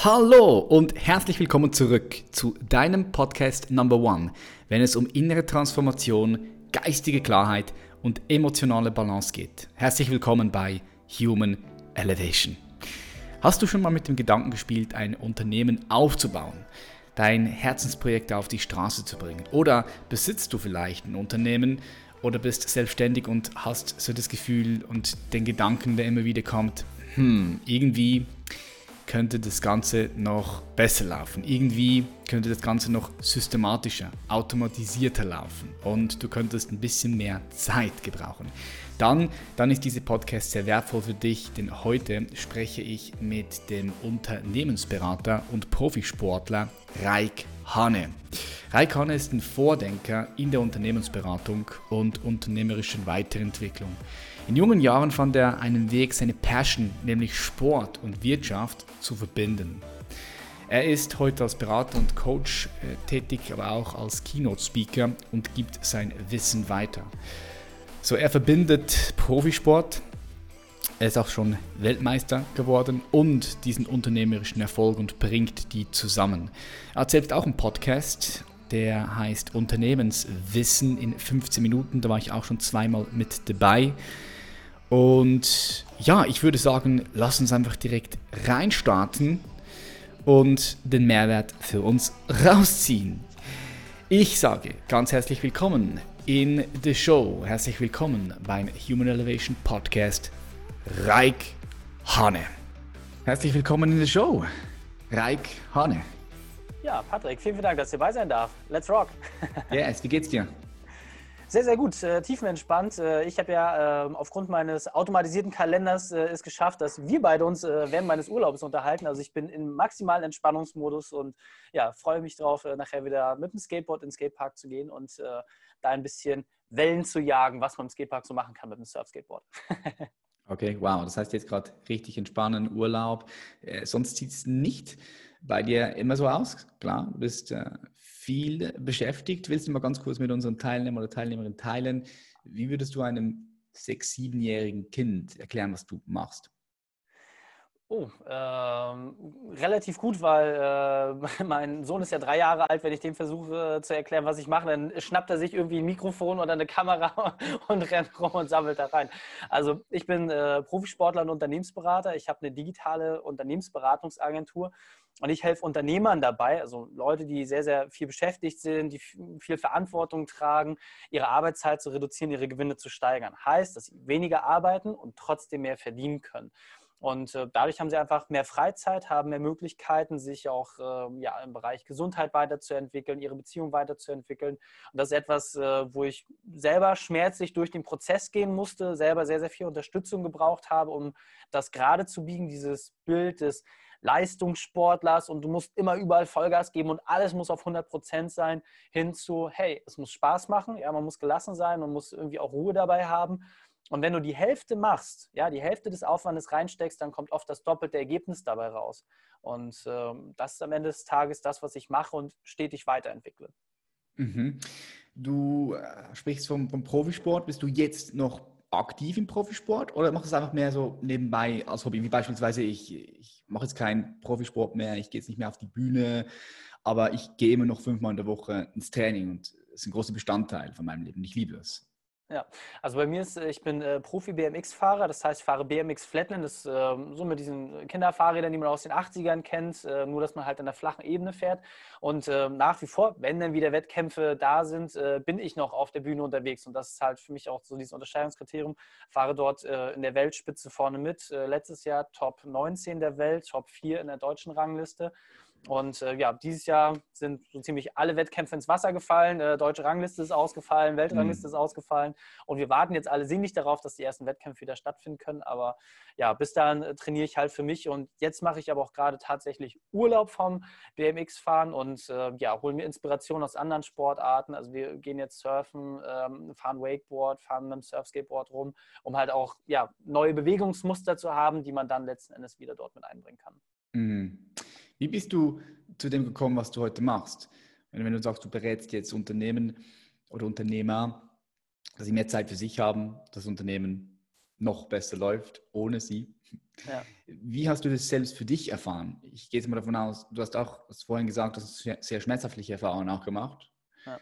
Hallo und herzlich willkommen zurück zu deinem Podcast Number One, wenn es um innere Transformation, geistige Klarheit und emotionale Balance geht. Herzlich willkommen bei Human Elevation. Hast du schon mal mit dem Gedanken gespielt, ein Unternehmen aufzubauen, dein Herzensprojekt auf die Straße zu bringen? Oder besitzt du vielleicht ein Unternehmen oder bist selbstständig und hast so das Gefühl und den Gedanken, der immer wieder kommt, irgendwie könnte das Ganze noch besser laufen. Irgendwie könnte das Ganze noch systematischer, automatisierter laufen und du könntest ein bisschen mehr Zeit gebrauchen. Dann ist dieser Podcast sehr wertvoll für dich, denn heute spreche ich mit dem Unternehmensberater und Profisportler Raik Hane. Raik Hane ist ein Vordenker in der Unternehmensberatung und unternehmerischen Weiterentwicklung. In jungen Jahren fand er einen Weg, seine Passion, nämlich Sport und Wirtschaft, zu verbinden. Er ist heute als Berater und Coach tätig, aber auch als Keynote-Speaker und gibt sein Wissen weiter. So, er verbindet Profisport, er ist auch schon Weltmeister geworden und diesen unternehmerischen Erfolg und bringt die zusammen. Er hat selbst auch einen Podcast, der heißt Unternehmenswissen in 15 Minuten, da war ich auch schon zweimal mit dabei. Und ja, ich würde sagen, lass uns einfach direkt reinstarten und den Mehrwert für uns rausziehen. Ich sage ganz herzlich willkommen in the show. Herzlich willkommen beim Human Elevation Podcast, Raik Hane. Herzlich willkommen in the show, Raik Hane. Ja, Patrick, vielen Dank, dass ich dabei sein darf. Let's rock! Yes, wie geht's dir? Sehr, sehr gut, tiefenentspannt. Ich habe ja aufgrund meines automatisierten Kalenders es geschafft, dass wir beide uns während meines Urlaubs unterhalten. Also ich bin im maximalen Entspannungsmodus und ja, freue mich drauf, nachher wieder mit dem Skateboard in den Skatepark zu gehen und da ein bisschen Wellen zu jagen, was man im Skatepark so machen kann mit dem Surfskateboard. Okay, wow, das heißt jetzt gerade richtig entspannen, Urlaub. Sonst sieht es nicht bei dir immer so aus. Klar, du bist viel beschäftigt. Willst du mal ganz kurz mit unseren Teilnehmern oder Teilnehmerinnen teilen, wie würdest du einem 6-, 7-jährigen Kind erklären, was du machst? Oh, relativ gut, weil mein Sohn ist ja 3 Jahre alt. Wenn ich dem versuche zu erklären, was ich mache, dann schnappt er sich irgendwie ein Mikrofon oder eine Kamera und rennt rum und sammelt da rein. Also ich bin Profisportler und Unternehmensberater. Ich habe eine digitale Unternehmensberatungsagentur und ich helfe Unternehmern dabei, also Leute, die sehr, sehr viel beschäftigt sind, die viel Verantwortung tragen, ihre Arbeitszeit zu reduzieren, ihre Gewinne zu steigern. Heißt, dass sie weniger arbeiten und trotzdem mehr verdienen können. Und dadurch haben sie einfach mehr Freizeit, haben mehr Möglichkeiten, sich auch im Bereich Gesundheit weiterzuentwickeln, ihre Beziehung weiterzuentwickeln. Und das ist etwas, wo ich selber schmerzlich durch den Prozess gehen musste, selber sehr, sehr viel Unterstützung gebraucht habe, um das gerade zu biegen, dieses Bild des Leistungssportlers und du musst immer überall Vollgas geben und alles muss auf 100% sein, hin zu, hey, es muss Spaß machen, ja, man muss gelassen sein, man muss irgendwie auch Ruhe dabei haben. Und wenn du die Hälfte machst, ja, die Hälfte des Aufwandes reinsteckst, dann kommt oft das doppelte Ergebnis dabei raus. Und das ist am Ende des Tages das, was ich mache und stetig weiterentwickle. Mhm. Du sprichst vom Profisport. Bist du jetzt noch aktiv im Profisport oder machst du es einfach mehr so nebenbei als Hobby? Wie beispielsweise ich mache jetzt keinen Profisport mehr, ich gehe jetzt nicht mehr auf die Bühne, aber ich gehe immer noch 5-mal in der Woche ins Training und das ist ein großer Bestandteil von meinem Leben. Ich liebe es. Ja, also bei mir ist, ich bin Profi-BMX-Fahrer, das heißt, ich fahre BMX Flatland, das ist so mit diesen Kinderfahrrädern, die man aus den 80ern kennt, nur dass man halt an der flachen Ebene fährt. Und nach wie vor, wenn dann wieder Wettkämpfe da sind, bin ich noch auf der Bühne unterwegs. Und das ist halt für mich auch so dieses Unterscheidungskriterium. Fahre dort in der Weltspitze vorne mit. Letztes Jahr Top 19 der Welt, Top 4 in der deutschen Rangliste. Und dieses Jahr sind so ziemlich alle Wettkämpfe ins Wasser gefallen. Deutsche Rangliste ist ausgefallen, Weltrangliste ist ausgefallen. Und wir warten jetzt alle sehnlich darauf, dass die ersten Wettkämpfe wieder stattfinden können. Aber ja, bis dahin trainiere ich halt für mich. Und jetzt mache ich aber auch gerade tatsächlich Urlaub vom BMX-Fahren und hole mir Inspiration aus anderen Sportarten. Also wir gehen jetzt surfen, fahren Wakeboard, fahren mit dem Surfskateboard rum, um halt auch neue Bewegungsmuster zu haben, die man dann letzten Endes wieder dort mit einbringen kann. Mhm. Wie bist du zu dem gekommen, was du heute machst? Wenn du sagst, du berätst jetzt Unternehmen oder Unternehmer, dass sie mehr Zeit für sich haben, das Unternehmen noch besser läuft ohne sie. Ja. Wie hast du das selbst für dich erfahren? Ich gehe jetzt mal davon aus, du hast vorhin gesagt, du hast sehr schmerzhaftliche Erfahrungen auch gemacht. Ja.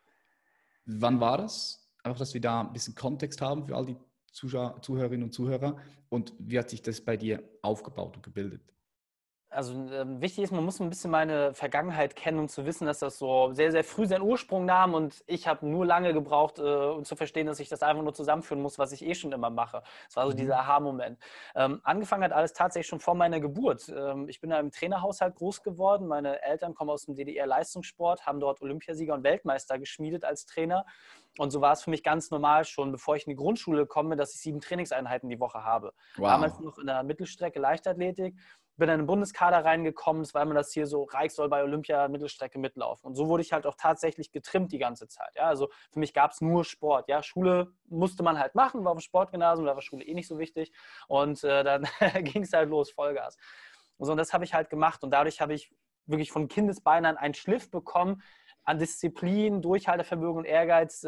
Wann war das? Einfach, dass wir da ein bisschen Kontext haben für all die Zuhörerinnen und Zuhörer. Und wie hat sich das bei dir aufgebaut und gebildet? Also wichtig ist, man muss ein bisschen meine Vergangenheit kennen, um zu wissen, dass das so sehr, sehr früh seinen Ursprung nahm und ich habe nur lange gebraucht, um zu verstehen, dass ich das einfach nur zusammenführen muss, was ich eh schon immer mache. Das war so dieser Aha-Moment. Angefangen hat alles tatsächlich schon vor meiner Geburt. Ich bin in einem Trainerhaushalt groß geworden. Meine Eltern kommen aus dem DDR-Leistungssport, haben dort Olympiasieger und Weltmeister geschmiedet als Trainer. Und so war es für mich ganz normal schon, bevor ich in die Grundschule komme, dass ich 7 Trainingseinheiten die Woche habe. Wow. Damals noch in der Mittelstrecke Leichtathletik. Bin in den Bundeskader reingekommen, das war immer das hier so, Reik soll bei Olympia Mittelstrecke mitlaufen. Und so wurde ich halt auch tatsächlich getrimmt die ganze Zeit. Ja, also für mich gab es nur Sport. Ja, Schule musste man halt machen, war auf dem Sportgymnasium, da war Schule eh nicht so wichtig. Und dann ging es halt los, Vollgas. Und so, und das habe ich halt gemacht. Und dadurch habe ich wirklich von Kindesbeinen an einen Schliff bekommen an Disziplin, Durchhaltevermögen und Ehrgeiz.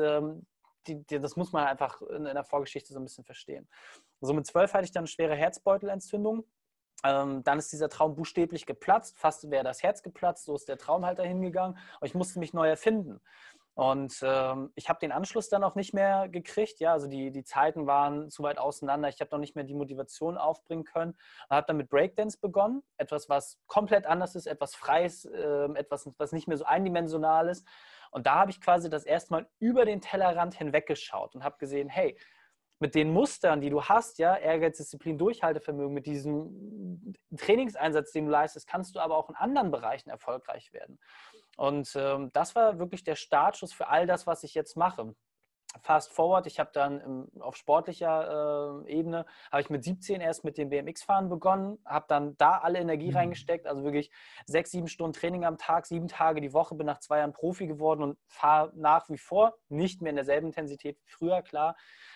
Das muss man einfach in der Vorgeschichte so ein bisschen verstehen. So mit 12 hatte ich dann eine schwere Herzbeutelentzündung. Dann ist dieser Traum buchstäblich geplatzt, fast wäre das Herz geplatzt, so ist der Traum halt dahin gegangen. Und ich musste mich neu erfinden. Und ich habe den Anschluss dann auch nicht mehr gekriegt. Ja, also die Zeiten waren zu weit auseinander. Ich habe noch nicht mehr die Motivation aufbringen können. Und habe dann mit Breakdance begonnen. Etwas, was komplett anders ist, etwas Freies, etwas, was nicht mehr so eindimensional ist. Und da habe ich quasi das erste Mal über den Tellerrand hinweggeschaut und habe gesehen, hey, mit den Mustern, die du hast, ja, Ehrgeiz, Disziplin, Durchhaltevermögen, mit diesem Trainingseinsatz, den du leistest, kannst du aber auch in anderen Bereichen erfolgreich werden. Und das war wirklich der Startschuss für all das, was ich jetzt mache. Fast forward, ich habe dann auf sportlicher Ebene, habe ich mit 17 erst mit dem BMX-Fahren begonnen, habe dann da alle Energie reingesteckt, also wirklich 6, 7 Stunden Training am Tag, 7 Tage die Woche, bin nach 2 Jahren Profi geworden und fahre nach wie vor, nicht mehr in derselben Intensität wie früher, klar,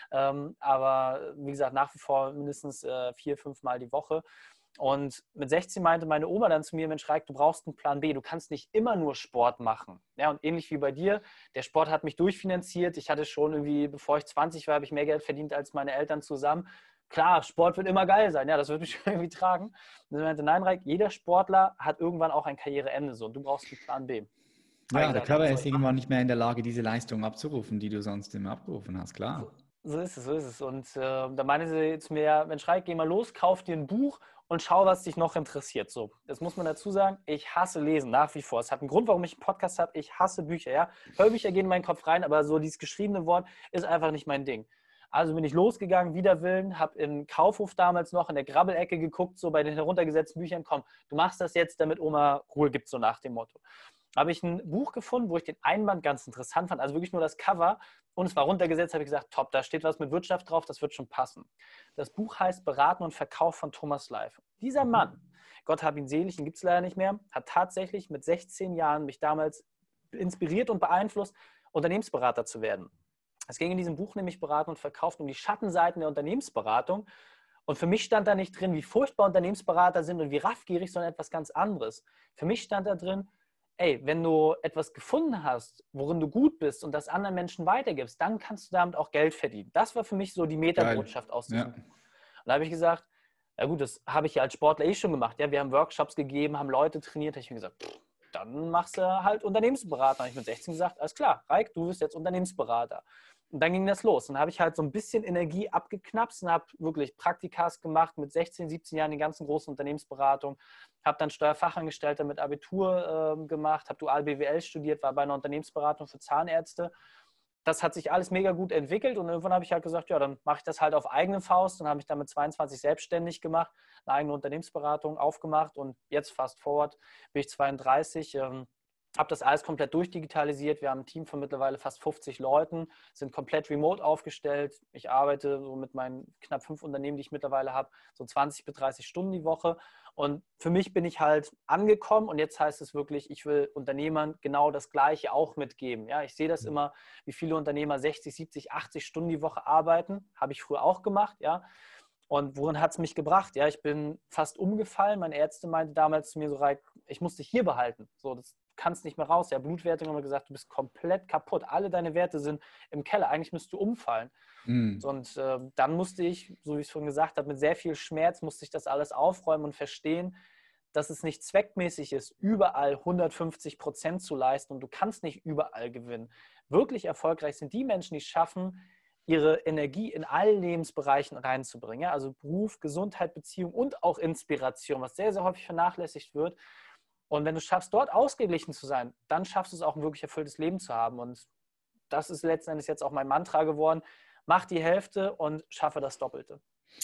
aber wie gesagt, nach wie vor mindestens 4, 5 Mal die Woche. Und mit 16 meinte meine Oma dann zu mir, Mensch, Raik, du brauchst einen Plan B, du kannst nicht immer nur Sport machen. Ja, und ähnlich wie bei dir, der Sport hat mich durchfinanziert. Ich hatte schon irgendwie, bevor ich 20 war, habe ich mehr Geld verdient als meine Eltern zusammen. Klar, Sport wird immer geil sein, ja, das wird mich irgendwie tragen. Und sie meinte, nein, Raik, jeder Sportler hat irgendwann auch ein Karriereende so und du brauchst einen Plan B. Ja, der Körper ist irgendwann nicht mehr in der Lage, diese Leistung abzurufen, die du sonst immer abgerufen hast, klar. So ist es, so ist es. Und da meinte sie zu mir, Mensch, Raik, geh mal los, kauf dir ein Buch und schau, was dich noch interessiert. So, das muss man dazu sagen, ich hasse Lesen nach wie vor. Es hat einen Grund, warum ich einen Podcast habe. Ich hasse Bücher, ja. Hörbücher gehen in meinen Kopf rein, aber so dieses geschriebene Wort ist einfach nicht mein Ding. Also bin ich losgegangen, wider Willen, habe im Kaufhof damals noch in der Grabbelecke geguckt, so bei den heruntergesetzten Büchern, komm, du machst das jetzt, damit Oma Ruhe gibt, so nach dem Motto. Habe ich ein Buch gefunden, wo ich den Einband ganz interessant fand, also wirklich nur das Cover und es war runtergesetzt, habe ich gesagt, top, da steht was mit Wirtschaft drauf, das wird schon passen. Das Buch heißt Beraten und Verkauf von Thomas Life. Dieser Mann, Gott hab ihn selig, ihn gibt es leider nicht mehr, hat tatsächlich mit 16 Jahren mich damals inspiriert und beeinflusst, Unternehmensberater zu werden. Es ging in diesem Buch nämlich Beraten und Verkaufen um die Schattenseiten der Unternehmensberatung. Und für mich stand da nicht drin, wie furchtbar Unternehmensberater sind und wie raffgierig, sondern etwas ganz anderes. Für mich stand da drin, ey, wenn du etwas gefunden hast, worin du gut bist und das anderen Menschen weitergibst, dann kannst du damit auch Geld verdienen. Das war für mich so die Metabotschaft aus diesem Buch. Und da habe ich gesagt, ja gut, das habe ich ja als Sportler eh schon gemacht. Ja, wir haben Workshops gegeben, haben Leute trainiert. Da habe ich mir gesagt, dann machst du halt Unternehmensberater. Da habe ich mit 16 gesagt, alles klar, Raik, du bist jetzt Unternehmensberater. Und dann ging das los. Dann habe ich halt so ein bisschen Energie abgeknapst und habe wirklich Praktikas gemacht mit 16, 17 Jahren, die ganzen großen Unternehmensberatungen. Habe dann Steuerfachangestellter mit Abitur gemacht, habe Dual BWL studiert, war bei einer Unternehmensberatung für Zahnärzte. Das hat sich alles mega gut entwickelt und irgendwann habe ich halt gesagt, ja, dann mache ich das halt auf eigene Faust. Dann habe ich dann mit 22 selbstständig gemacht, eine eigene Unternehmensberatung aufgemacht und jetzt fast forward bin ich 32, habe das alles komplett durchdigitalisiert. Wir haben ein Team von mittlerweile fast 50 Leuten, sind komplett remote aufgestellt. Ich arbeite so mit meinen knapp 5 Unternehmen, die ich mittlerweile habe, so 20 bis 30 Stunden die Woche. Und für mich bin ich halt angekommen und jetzt heißt es wirklich, ich will Unternehmern genau das Gleiche auch mitgeben. Ja, ich sehe das immer, wie viele Unternehmer 60, 70, 80 Stunden die Woche arbeiten. Habe ich früher auch gemacht, ja. Und worin hat es mich gebracht? Ja, ich bin fast umgefallen. Meine Ärztin meinte damals zu mir so, Raik, ich muss dich hier behalten. So, das kannst nicht mehr raus. Ja, Blutwerte haben wir gesagt, du bist komplett kaputt. Alle deine Werte sind im Keller. Eigentlich müsstest du umfallen. Mhm. Und dann musste ich, so wie ich es vorhin gesagt habe, mit sehr viel Schmerz musste ich das alles aufräumen und verstehen, dass es nicht zweckmäßig ist, überall 150% zu leisten und du kannst nicht überall gewinnen. Wirklich erfolgreich sind die Menschen, die es schaffen, ihre Energie in allen Lebensbereichen reinzubringen. Ja? Also Beruf, Gesundheit, Beziehung und auch Inspiration, was sehr, sehr häufig vernachlässigt wird. Und wenn du es schaffst, dort ausgeglichen zu sein, dann schaffst du es auch, ein wirklich erfülltes Leben zu haben. Und das ist letzten Endes jetzt auch mein Mantra geworden. Mach die Hälfte und schaffe das Doppelte.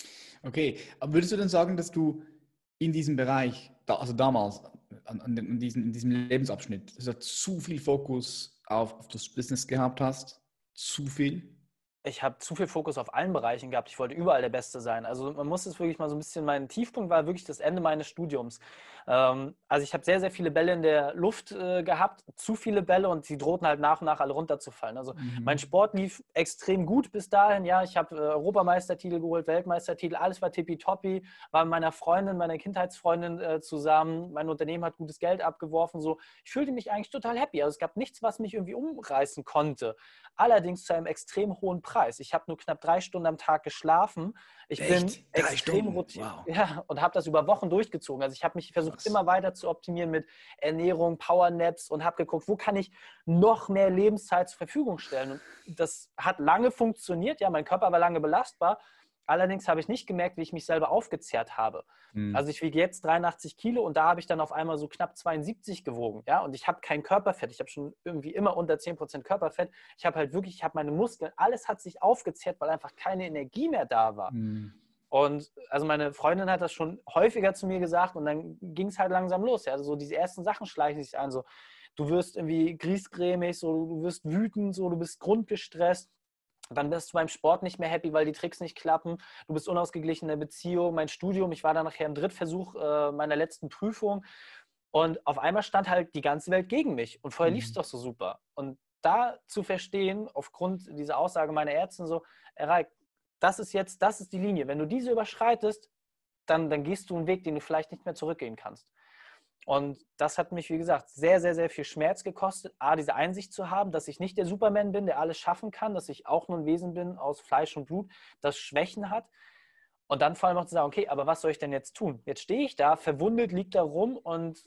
Okay, aber würdest du denn sagen, dass du in diesem Bereich, also damals, in diesem Lebensabschnitt, dass du zu viel Fokus auf das Business gehabt hast? Zu viel? Ich habe zu viel Fokus auf allen Bereichen gehabt. Ich wollte überall der Beste sein. Also man muss es wirklich mal so ein bisschen, mein Tiefpunkt war wirklich das Ende meines Studiums. Also ich habe sehr, sehr viele Bälle in der Luft gehabt, zu viele Bälle und die drohten halt nach und nach alle runterzufallen. Also mein Sport lief extrem gut bis dahin. Ja, ich habe Europameistertitel geholt, Weltmeistertitel, alles war tippitoppi, war mit meiner Freundin, meiner Kindheitsfreundin zusammen. Mein Unternehmen hat gutes Geld abgeworfen. So. Ich fühlte mich eigentlich total happy. Also es gab nichts, was mich irgendwie umreißen konnte. Allerdings zu einem extrem hohen Preis. Ich habe nur knapp 3 Stunden am Tag geschlafen. Ich bin Echt? 3 extrem Stunden? routiniert, Wow. ja, und habe das über Wochen durchgezogen. Also ich habe mich versucht, Krass. immer weiter zu optimieren mit Ernährung, Powernaps und habe geguckt, wo kann ich noch mehr Lebenszeit zur Verfügung stellen. Und das hat lange funktioniert. Ja, mein Körper war lange belastbar. Allerdings habe ich nicht gemerkt, wie ich mich selber aufgezehrt habe. Also ich wiege jetzt 83 Kilo und da habe ich dann auf einmal so knapp 72 gewogen. Ja? Und ich habe kein Körperfett. Ich habe schon irgendwie immer unter 10% Körperfett. Ich habe halt wirklich, ich habe meine Muskeln, alles hat sich aufgezehrt, weil einfach keine Energie mehr da war. Und also meine Freundin hat das schon häufiger zu mir gesagt und dann ging es halt langsam los. Ja? Also so diese ersten Sachen schleichen sich ein. So, du wirst irgendwie griesgrämig, so, du wirst wütend, so, du bist grundgestresst. Dann bist du beim Sport nicht mehr happy, weil die Tricks nicht klappen. Du bist unausgeglichen in der Beziehung. Mein Studium, ich war dann nachher im Drittversuch meiner letzten Prüfung. Und auf einmal stand halt die ganze Welt gegen mich. Und vorher lief es doch so super. Und da zu verstehen, aufgrund dieser Aussage meiner Ärztin so, Raik, das ist die Linie. Wenn du diese überschreitest, dann gehst du einen Weg, den du vielleicht nicht mehr zurückgehen kannst. Und das hat mich, wie gesagt, sehr, sehr, sehr viel Schmerz gekostet, diese Einsicht zu haben, dass ich nicht der Superman bin, der alles schaffen kann, dass ich auch nur ein Wesen bin aus Fleisch und Blut, das Schwächen hat. Und dann vor allem auch zu sagen, okay, aber was soll ich denn jetzt tun? Jetzt stehe ich da, verwundet, liege da rum und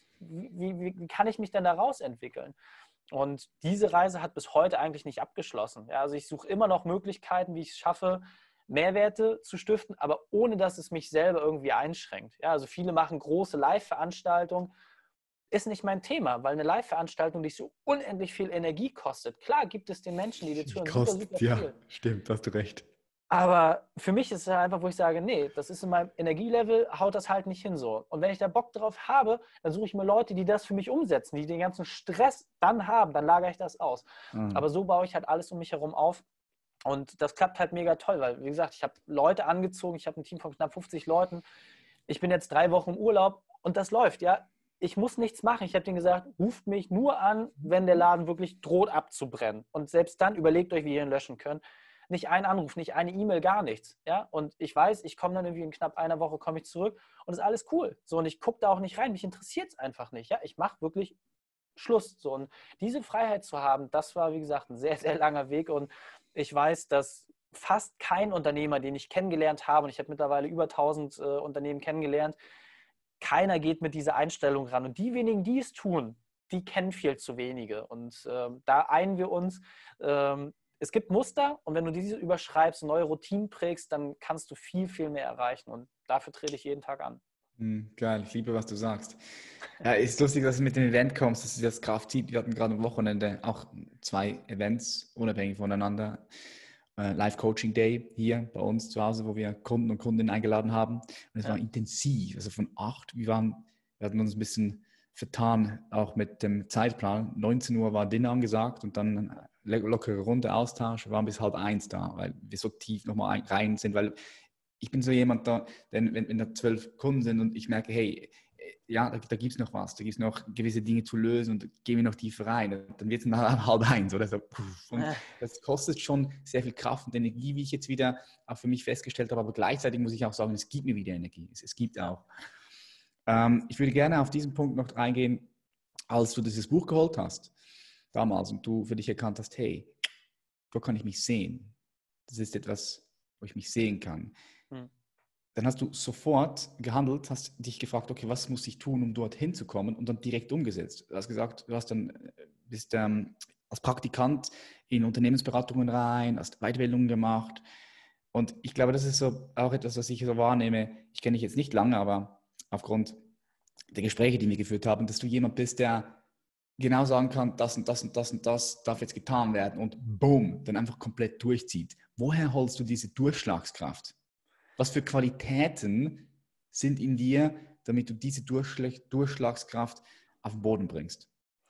wie kann ich mich denn da rausentwickeln? Und diese Reise hat bis heute eigentlich nicht abgeschlossen. Ja, also ich suche immer noch Möglichkeiten, wie ich es schaffe, Mehrwerte zu stiften, aber ohne, dass es mich selber irgendwie einschränkt. Ja, also viele machen große Live-Veranstaltungen, ist nicht mein Thema, weil eine Live-Veranstaltung dich so unendlich viel Energie kostet. Klar gibt es den Menschen, die dir Die zuhören, super, kostet, super ja, viel. stimmt, hast du recht. Aber für mich ist es halt einfach, wo ich sage, nee, das ist in meinem Energielevel, haut das halt nicht hin so. Und wenn ich da Bock drauf habe, dann suche ich mir Leute, die das für mich umsetzen, die den ganzen Stress dann haben, dann lagere ich das aus. Aber so baue ich halt alles um mich herum auf. Und das klappt halt mega toll, weil, wie gesagt, ich habe Leute angezogen, ich habe ein Team von knapp 50 Leuten. Ich bin jetzt 3 Wochen im Urlaub und das läuft, ja. Ich muss nichts machen. Ich habe denen gesagt, ruft mich nur an, wenn der Laden wirklich droht abzubrennen. Und selbst dann überlegt euch, wie ihr ihn löschen könnt. Nicht ein Anruf, nicht eine E-Mail, gar nichts. Ja? Und ich weiß, ich komme dann irgendwie in knapp einer Woche komme ich zurück und ist alles cool. So, und ich gucke da auch nicht rein. Mich interessiert es einfach nicht. Ja? Ich mache wirklich Schluss. So, und diese Freiheit zu haben, das war, wie gesagt, ein sehr, sehr langer Weg. Und ich weiß, dass fast kein Unternehmer, den ich kennengelernt habe, und ich habe mittlerweile über 1000 Unternehmen kennengelernt, keiner geht mit dieser Einstellung ran. Und die wenigen, die es tun, die kennen viel zu wenige. Und da einen wir uns. Es gibt Muster und wenn du diese überschreibst, neue Routinen prägst, dann kannst du viel, viel mehr erreichen. Und dafür trete ich jeden Tag an. Geil, ich liebe, was du sagst. Ja, ist lustig, dass du mit dem Event kommst. Das ist das Kraftteam. Wir hatten gerade am Wochenende auch 2 Events, unabhängig voneinander. Live-Coaching Day hier bei uns zu Hause, wo wir Kunden und Kundinnen eingeladen haben. Und es war intensiv, also von 8, wir hatten uns ein bisschen vertan, auch mit dem Zeitplan. 19 Uhr war Dinner angesagt und dann lockere Runde Austausch. Wir waren bis 12:30 da, weil wir so tief nochmal rein sind, weil ich bin so jemand da, wenn da 12 Kunden sind und ich merke, hey, ja, da gibt es noch was, da gibt es noch gewisse Dinge zu lösen und gehen wir noch tiefer rein. Und dann wird es nach 12:30 oder so. Und das kostet schon sehr viel Kraft und Energie, wie ich jetzt wieder auch für mich festgestellt habe, aber gleichzeitig muss ich auch sagen, es gibt mir wieder Energie. Es gibt auch. Ich würde gerne auf diesen Punkt noch reingehen, als du dieses Buch geholt hast, damals, und du für dich erkannt hast, hey, wo kann ich mich sehen? Das ist etwas, wo ich mich sehen kann. Dann hast du sofort gehandelt, hast dich gefragt, okay, was muss ich tun, um dorthin zu kommen, und dann direkt umgesetzt. Du hast gesagt, bist als Praktikant in Unternehmensberatungen rein, hast Weiterbildungen gemacht, und ich glaube, das ist so auch etwas, was ich so wahrnehme. Ich kenne dich jetzt nicht lange, aber aufgrund der Gespräche, die wir geführt haben, dass du jemand bist, der genau sagen kann, das und das und das und das darf jetzt getan werden, und boom, dann einfach komplett durchzieht. Woher holst du diese Durchschlagskraft? Was für Qualitäten sind in dir, damit du diese Durchschlagskraft auf den Boden bringst?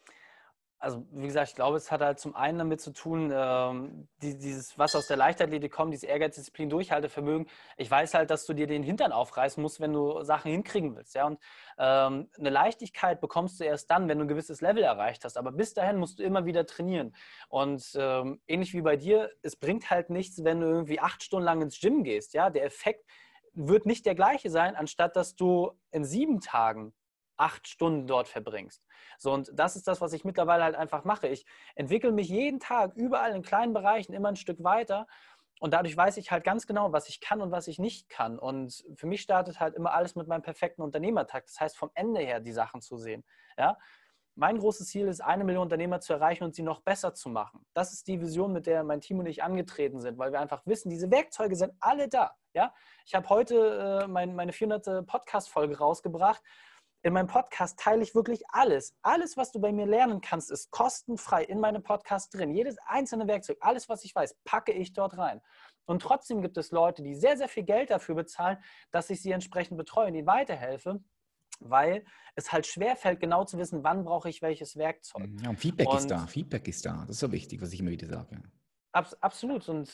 Also wie gesagt, ich glaube, es hat halt zum einen damit zu tun, dieses, was aus der Leichtathletik kommt, dieses Ehrgeiz, Disziplin, Durchhaltevermögen. Ich weiß halt, dass du dir den Hintern aufreißen musst, wenn du Sachen hinkriegen willst. Ja? Und eine Leichtigkeit bekommst du erst dann, wenn du ein gewisses Level erreicht hast. Aber bis dahin musst du immer wieder trainieren. Und ähnlich wie bei dir, es bringt halt nichts, wenn du irgendwie 8 Stunden lang ins Gym gehst. Ja? Der Effekt wird nicht der gleiche sein, anstatt dass du in 7 Tagen 8 Stunden dort verbringst. So, und das ist das, was ich mittlerweile halt einfach mache. Ich entwickle mich jeden Tag überall in kleinen Bereichen immer ein Stück weiter, und dadurch weiß ich halt ganz genau, was ich kann und was ich nicht kann. Und für mich startet halt immer alles mit meinem perfekten Unternehmertag. Das heißt, vom Ende her die Sachen zu sehen. Ja? Mein großes Ziel ist, 1 Million Unternehmer zu erreichen und sie noch besser zu machen. Das ist die Vision, mit der mein Team und ich angetreten sind, weil wir einfach wissen, diese Werkzeuge sind alle da. Ja? Ich habe heute meine 400. Podcast-Folge rausgebracht. In meinem Podcast teile ich wirklich alles. Alles, was du bei mir lernen kannst, ist kostenfrei in meinem Podcast drin. Jedes einzelne Werkzeug, alles, was ich weiß, packe ich dort rein. Und trotzdem gibt es Leute, die sehr, sehr viel Geld dafür bezahlen, dass ich sie entsprechend betreue und ihnen weiterhelfe, weil es halt schwerfällt, genau zu wissen, wann brauche ich welches Werkzeug. Ja, und Feedback ist da. Feedback ist da. Das ist so wichtig, was ich immer wieder sage. Absolut. Und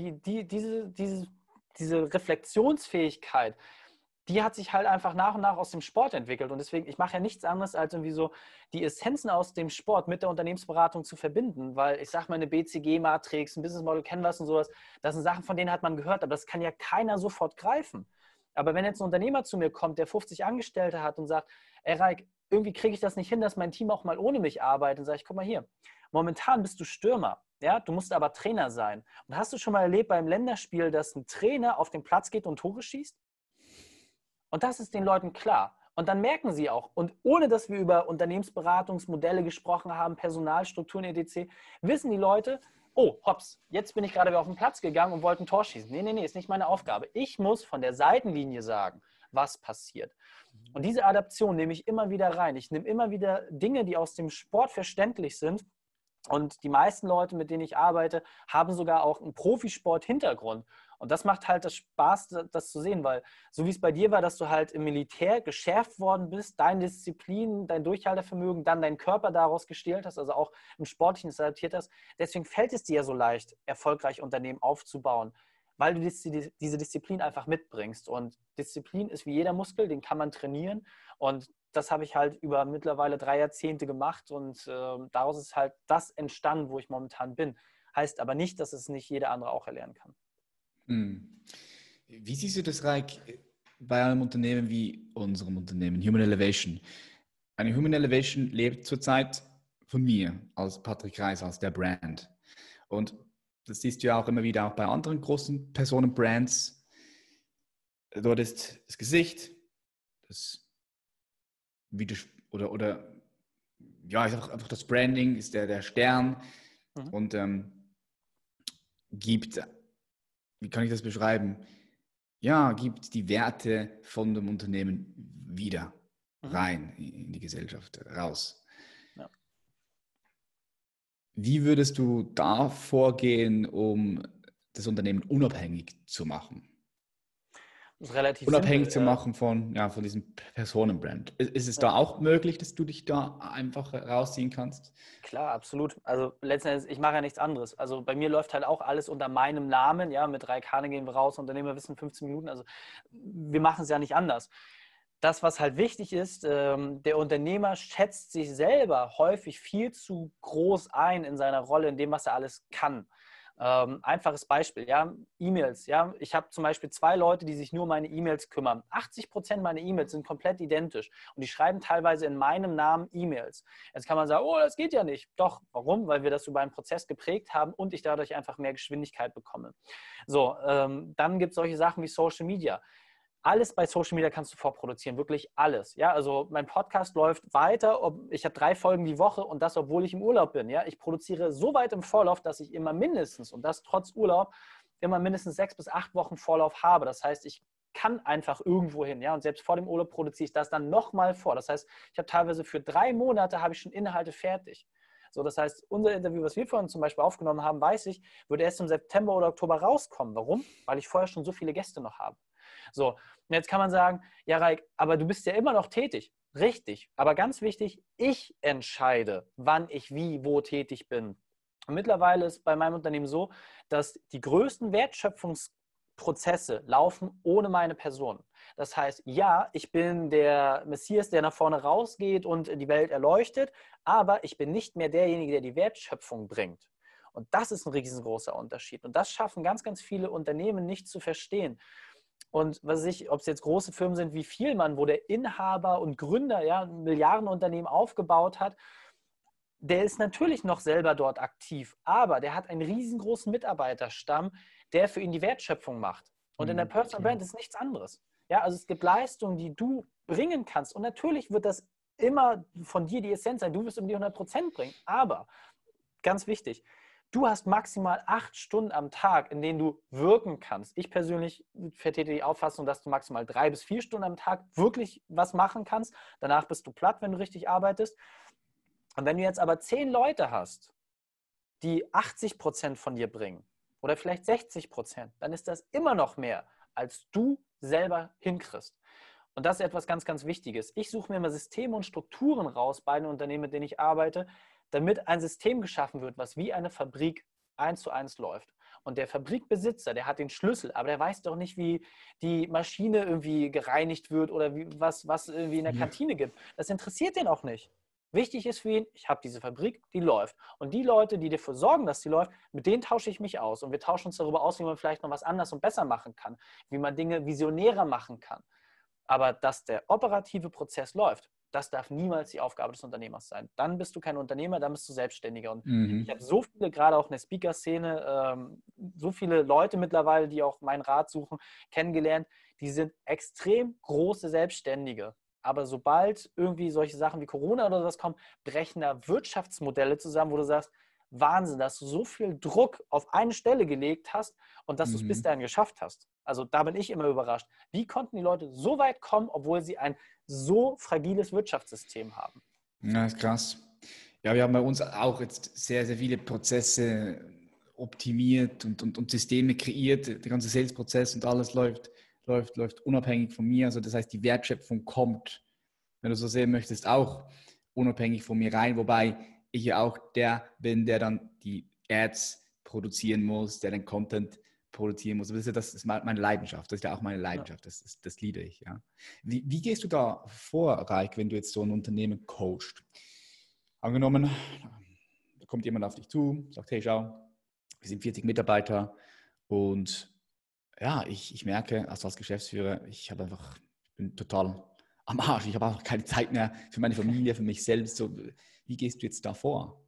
diese Reflexionsfähigkeit, die hat sich halt einfach nach und nach aus dem Sport entwickelt. Und deswegen, ich mache ja nichts anderes, als irgendwie so die Essenzen aus dem Sport mit der Unternehmensberatung zu verbinden. Weil ich sage mal, eine BCG-Matrix, ein Business Model Canvas und sowas, das sind Sachen, von denen hat man gehört, aber das kann ja keiner sofort greifen. Aber wenn jetzt ein Unternehmer zu mir kommt, der 50 Angestellte hat und sagt, ey Raik, irgendwie kriege ich das nicht hin, dass mein Team auch mal ohne mich arbeitet, dann sage ich, guck mal hier, momentan bist du Stürmer. Ja, du musst aber Trainer sein. Und hast du schon mal erlebt beim Länderspiel, dass ein Trainer auf den Platz geht und Tore schießt? Und das ist den Leuten klar. Und dann merken sie auch, und ohne dass wir über Unternehmensberatungsmodelle gesprochen haben, Personalstrukturen etc., wissen die Leute, oh, hops, jetzt bin ich gerade wieder auf den Platz gegangen und wollte ein Tor schießen. Nee, ist nicht meine Aufgabe. Ich muss von der Seitenlinie sagen, was passiert. Und diese Adaption nehme ich immer wieder rein. Ich nehme immer wieder Dinge, die aus dem Sport verständlich sind. Und die meisten Leute, mit denen ich arbeite, haben sogar auch einen Profisport-Hintergrund. Und das macht halt das Spaß, das zu sehen, weil so wie es bei dir war, dass du halt im Militär geschärft worden bist, deine Disziplin, dein Durchhaltevermögen, dann deinen Körper daraus gestählt hast, also auch im Sportlichen adaptiert hast. Deswegen fällt es dir ja so leicht, erfolgreich Unternehmen aufzubauen, weil du diese Disziplin einfach mitbringst. Und Disziplin ist wie jeder Muskel, den kann man trainieren. Und das habe ich halt über mittlerweile 3 Jahrzehnte gemacht, und daraus ist halt das entstanden, wo ich momentan bin. Heißt aber nicht, dass es nicht jeder andere auch erlernen kann. Wie siehst du das, Raik, bei einem Unternehmen wie unserem Unternehmen, Human Elevation? Eine Human Elevation lebt zurzeit von mir, als Patrick Reis, als der Brand. Und das siehst du ja auch immer wieder auch bei anderen großen Personenbrands. Dort ist das Gesicht, ja, einfach das Branding ist der Stern und gibt, wie kann ich das beschreiben? Ja, gibt die Werte von dem Unternehmen wieder rein in die Gesellschaft, raus. Ja. Wie würdest du da vorgehen, um das Unternehmen unabhängig zu machen? Das ist relativ Unabhängig simpel. zu machen von diesem Personenbrand. Ist es da auch möglich, dass du dich da einfach rausziehen kannst? Klar, absolut. Also letzten Endes, ich mache ja nichts anderes. Also bei mir läuft halt auch alles unter meinem Namen. Ja, mit 3 K gehen wir raus, Unternehmerwissen 15 Minuten. Also wir machen es ja nicht anders. das, was halt wichtig ist, der Unternehmer schätzt sich selber häufig viel zu groß ein in seiner Rolle, in dem, was er alles kann. Einfaches Beispiel, ja, E-Mails. Ja, ich habe zum Beispiel 2 Leute, die sich nur um meine E-Mails kümmern. 80% meiner E-Mails sind komplett identisch und die schreiben teilweise in meinem Namen E-Mails. Jetzt kann man sagen, oh, das geht ja nicht. Doch, warum? Weil wir das über einen Prozess geprägt haben und ich dadurch einfach mehr Geschwindigkeit bekomme. So, dann gibt es solche Sachen wie Social Media. Alles bei Social Media kannst du vorproduzieren, wirklich alles. Ja, also mein Podcast läuft weiter. Ich habe 3 Folgen die Woche und das, obwohl ich im Urlaub bin. Ja, ich produziere so weit im Vorlauf, dass ich immer mindestens, und das trotz Urlaub, immer mindestens 6 bis 8 Wochen Vorlauf habe. Das heißt, ich kann einfach irgendwo hin. Ja, und selbst vor dem Urlaub produziere ich das dann nochmal vor. Das heißt, ich habe teilweise für 3 Monate habe ich schon Inhalte fertig. So, das heißt, unser Interview, was wir vorhin zum Beispiel aufgenommen haben, weiß ich, würde erst im September oder Oktober rauskommen. Warum? Weil ich vorher schon so viele Gäste noch habe. So, und jetzt kann man sagen, ja, Raik, aber du bist ja immer noch tätig. Richtig, aber ganz wichtig, ich entscheide, wann ich wie, wo tätig bin. Und mittlerweile ist bei meinem Unternehmen so, dass die größten Wertschöpfungsprozesse laufen ohne meine Person. Das heißt, ja, ich bin der Messias, der nach vorne rausgeht und die Welt erleuchtet, aber ich bin nicht mehr derjenige, der die Wertschöpfung bringt. Und das ist ein riesengroßer Unterschied. Und das schaffen ganz, ganz viele Unternehmen nicht zu verstehen. Und was ob es jetzt große Firmen sind wie Vielmann, wo der Inhaber und Gründer ja ein Milliardenunternehmen aufgebaut hat, der ist natürlich noch selber dort aktiv, aber der hat einen riesengroßen Mitarbeiterstamm, der für ihn die Wertschöpfung macht. Und in der Personal Brand ist nichts anderes. Ja, also es gibt Leistungen, die du bringen kannst. Und natürlich wird das immer von dir die Essenz sein. Du wirst um die 100% bringen. Aber, ganz wichtig, du hast maximal 8 Stunden am Tag, in denen du wirken kannst. Ich persönlich vertrete die Auffassung, dass du maximal 3 bis 4 Stunden am Tag wirklich was machen kannst. Danach bist du platt, wenn du richtig arbeitest. Und wenn du jetzt aber 10 Leute hast, die 80% von dir bringen oder vielleicht 60%, dann ist das immer noch mehr, als du selber hinkriegst. Und das ist etwas ganz, ganz Wichtiges. Ich suche mir immer Systeme und Strukturen raus bei den Unternehmen, mit denen ich arbeite, damit ein System geschaffen wird, was wie eine Fabrik 1:1 läuft. Und der Fabrikbesitzer, der hat den Schlüssel, aber der weiß doch nicht, wie die Maschine irgendwie gereinigt wird oder was irgendwie in der Kantine gibt. Das interessiert den auch nicht. Wichtig ist für ihn, ich habe diese Fabrik, die läuft. Und die Leute, die dafür sorgen, dass die läuft, mit denen tausche ich mich aus. Und wir tauschen uns darüber aus, wie man vielleicht noch was anders und besser machen kann, wie man Dinge visionärer machen kann. Aber dass der operative Prozess läuft, das darf niemals die Aufgabe des Unternehmers sein. Dann bist du kein Unternehmer, dann bist du Selbstständiger. Und ich habe so viele, gerade auch in der Speaker-Szene, so viele Leute mittlerweile, die auch meinen Rat suchen, kennengelernt, die sind extrem große Selbstständige. Aber sobald irgendwie solche Sachen wie Corona oder sowas kommen, brechen da Wirtschaftsmodelle zusammen, wo du sagst, Wahnsinn, dass du so viel Druck auf eine Stelle gelegt hast und dass du es bis dahin geschafft hast. Also da bin ich immer überrascht. Wie konnten die Leute so weit kommen, obwohl sie ein so fragiles Wirtschaftssystem haben? Ja, ist krass. Ja, wir haben bei uns auch jetzt sehr, sehr viele Prozesse optimiert und Systeme kreiert. Der ganze Sales-Prozess und alles läuft unabhängig von mir. Also das heißt, die Wertschöpfung kommt, wenn du so sehen möchtest, auch unabhängig von mir rein. Wobei ich ja auch der bin, der dann die Ads produzieren muss, der den Content produzieren muss. Das ist meine Leidenschaft. Das ist ja auch meine Leidenschaft. Das liebe ich. Ja. Wie gehst du da vor, Raik, wenn du jetzt so ein Unternehmen coachst? Angenommen, da kommt jemand auf dich zu, sagt, hey, schau, wir sind 40 Mitarbeiter und ja, ich merke, also als Geschäftsführer, ich bin total am Arsch. Ich habe auch keine Zeit mehr für meine Familie, für mich selbst. So, wie gehst du jetzt da vor?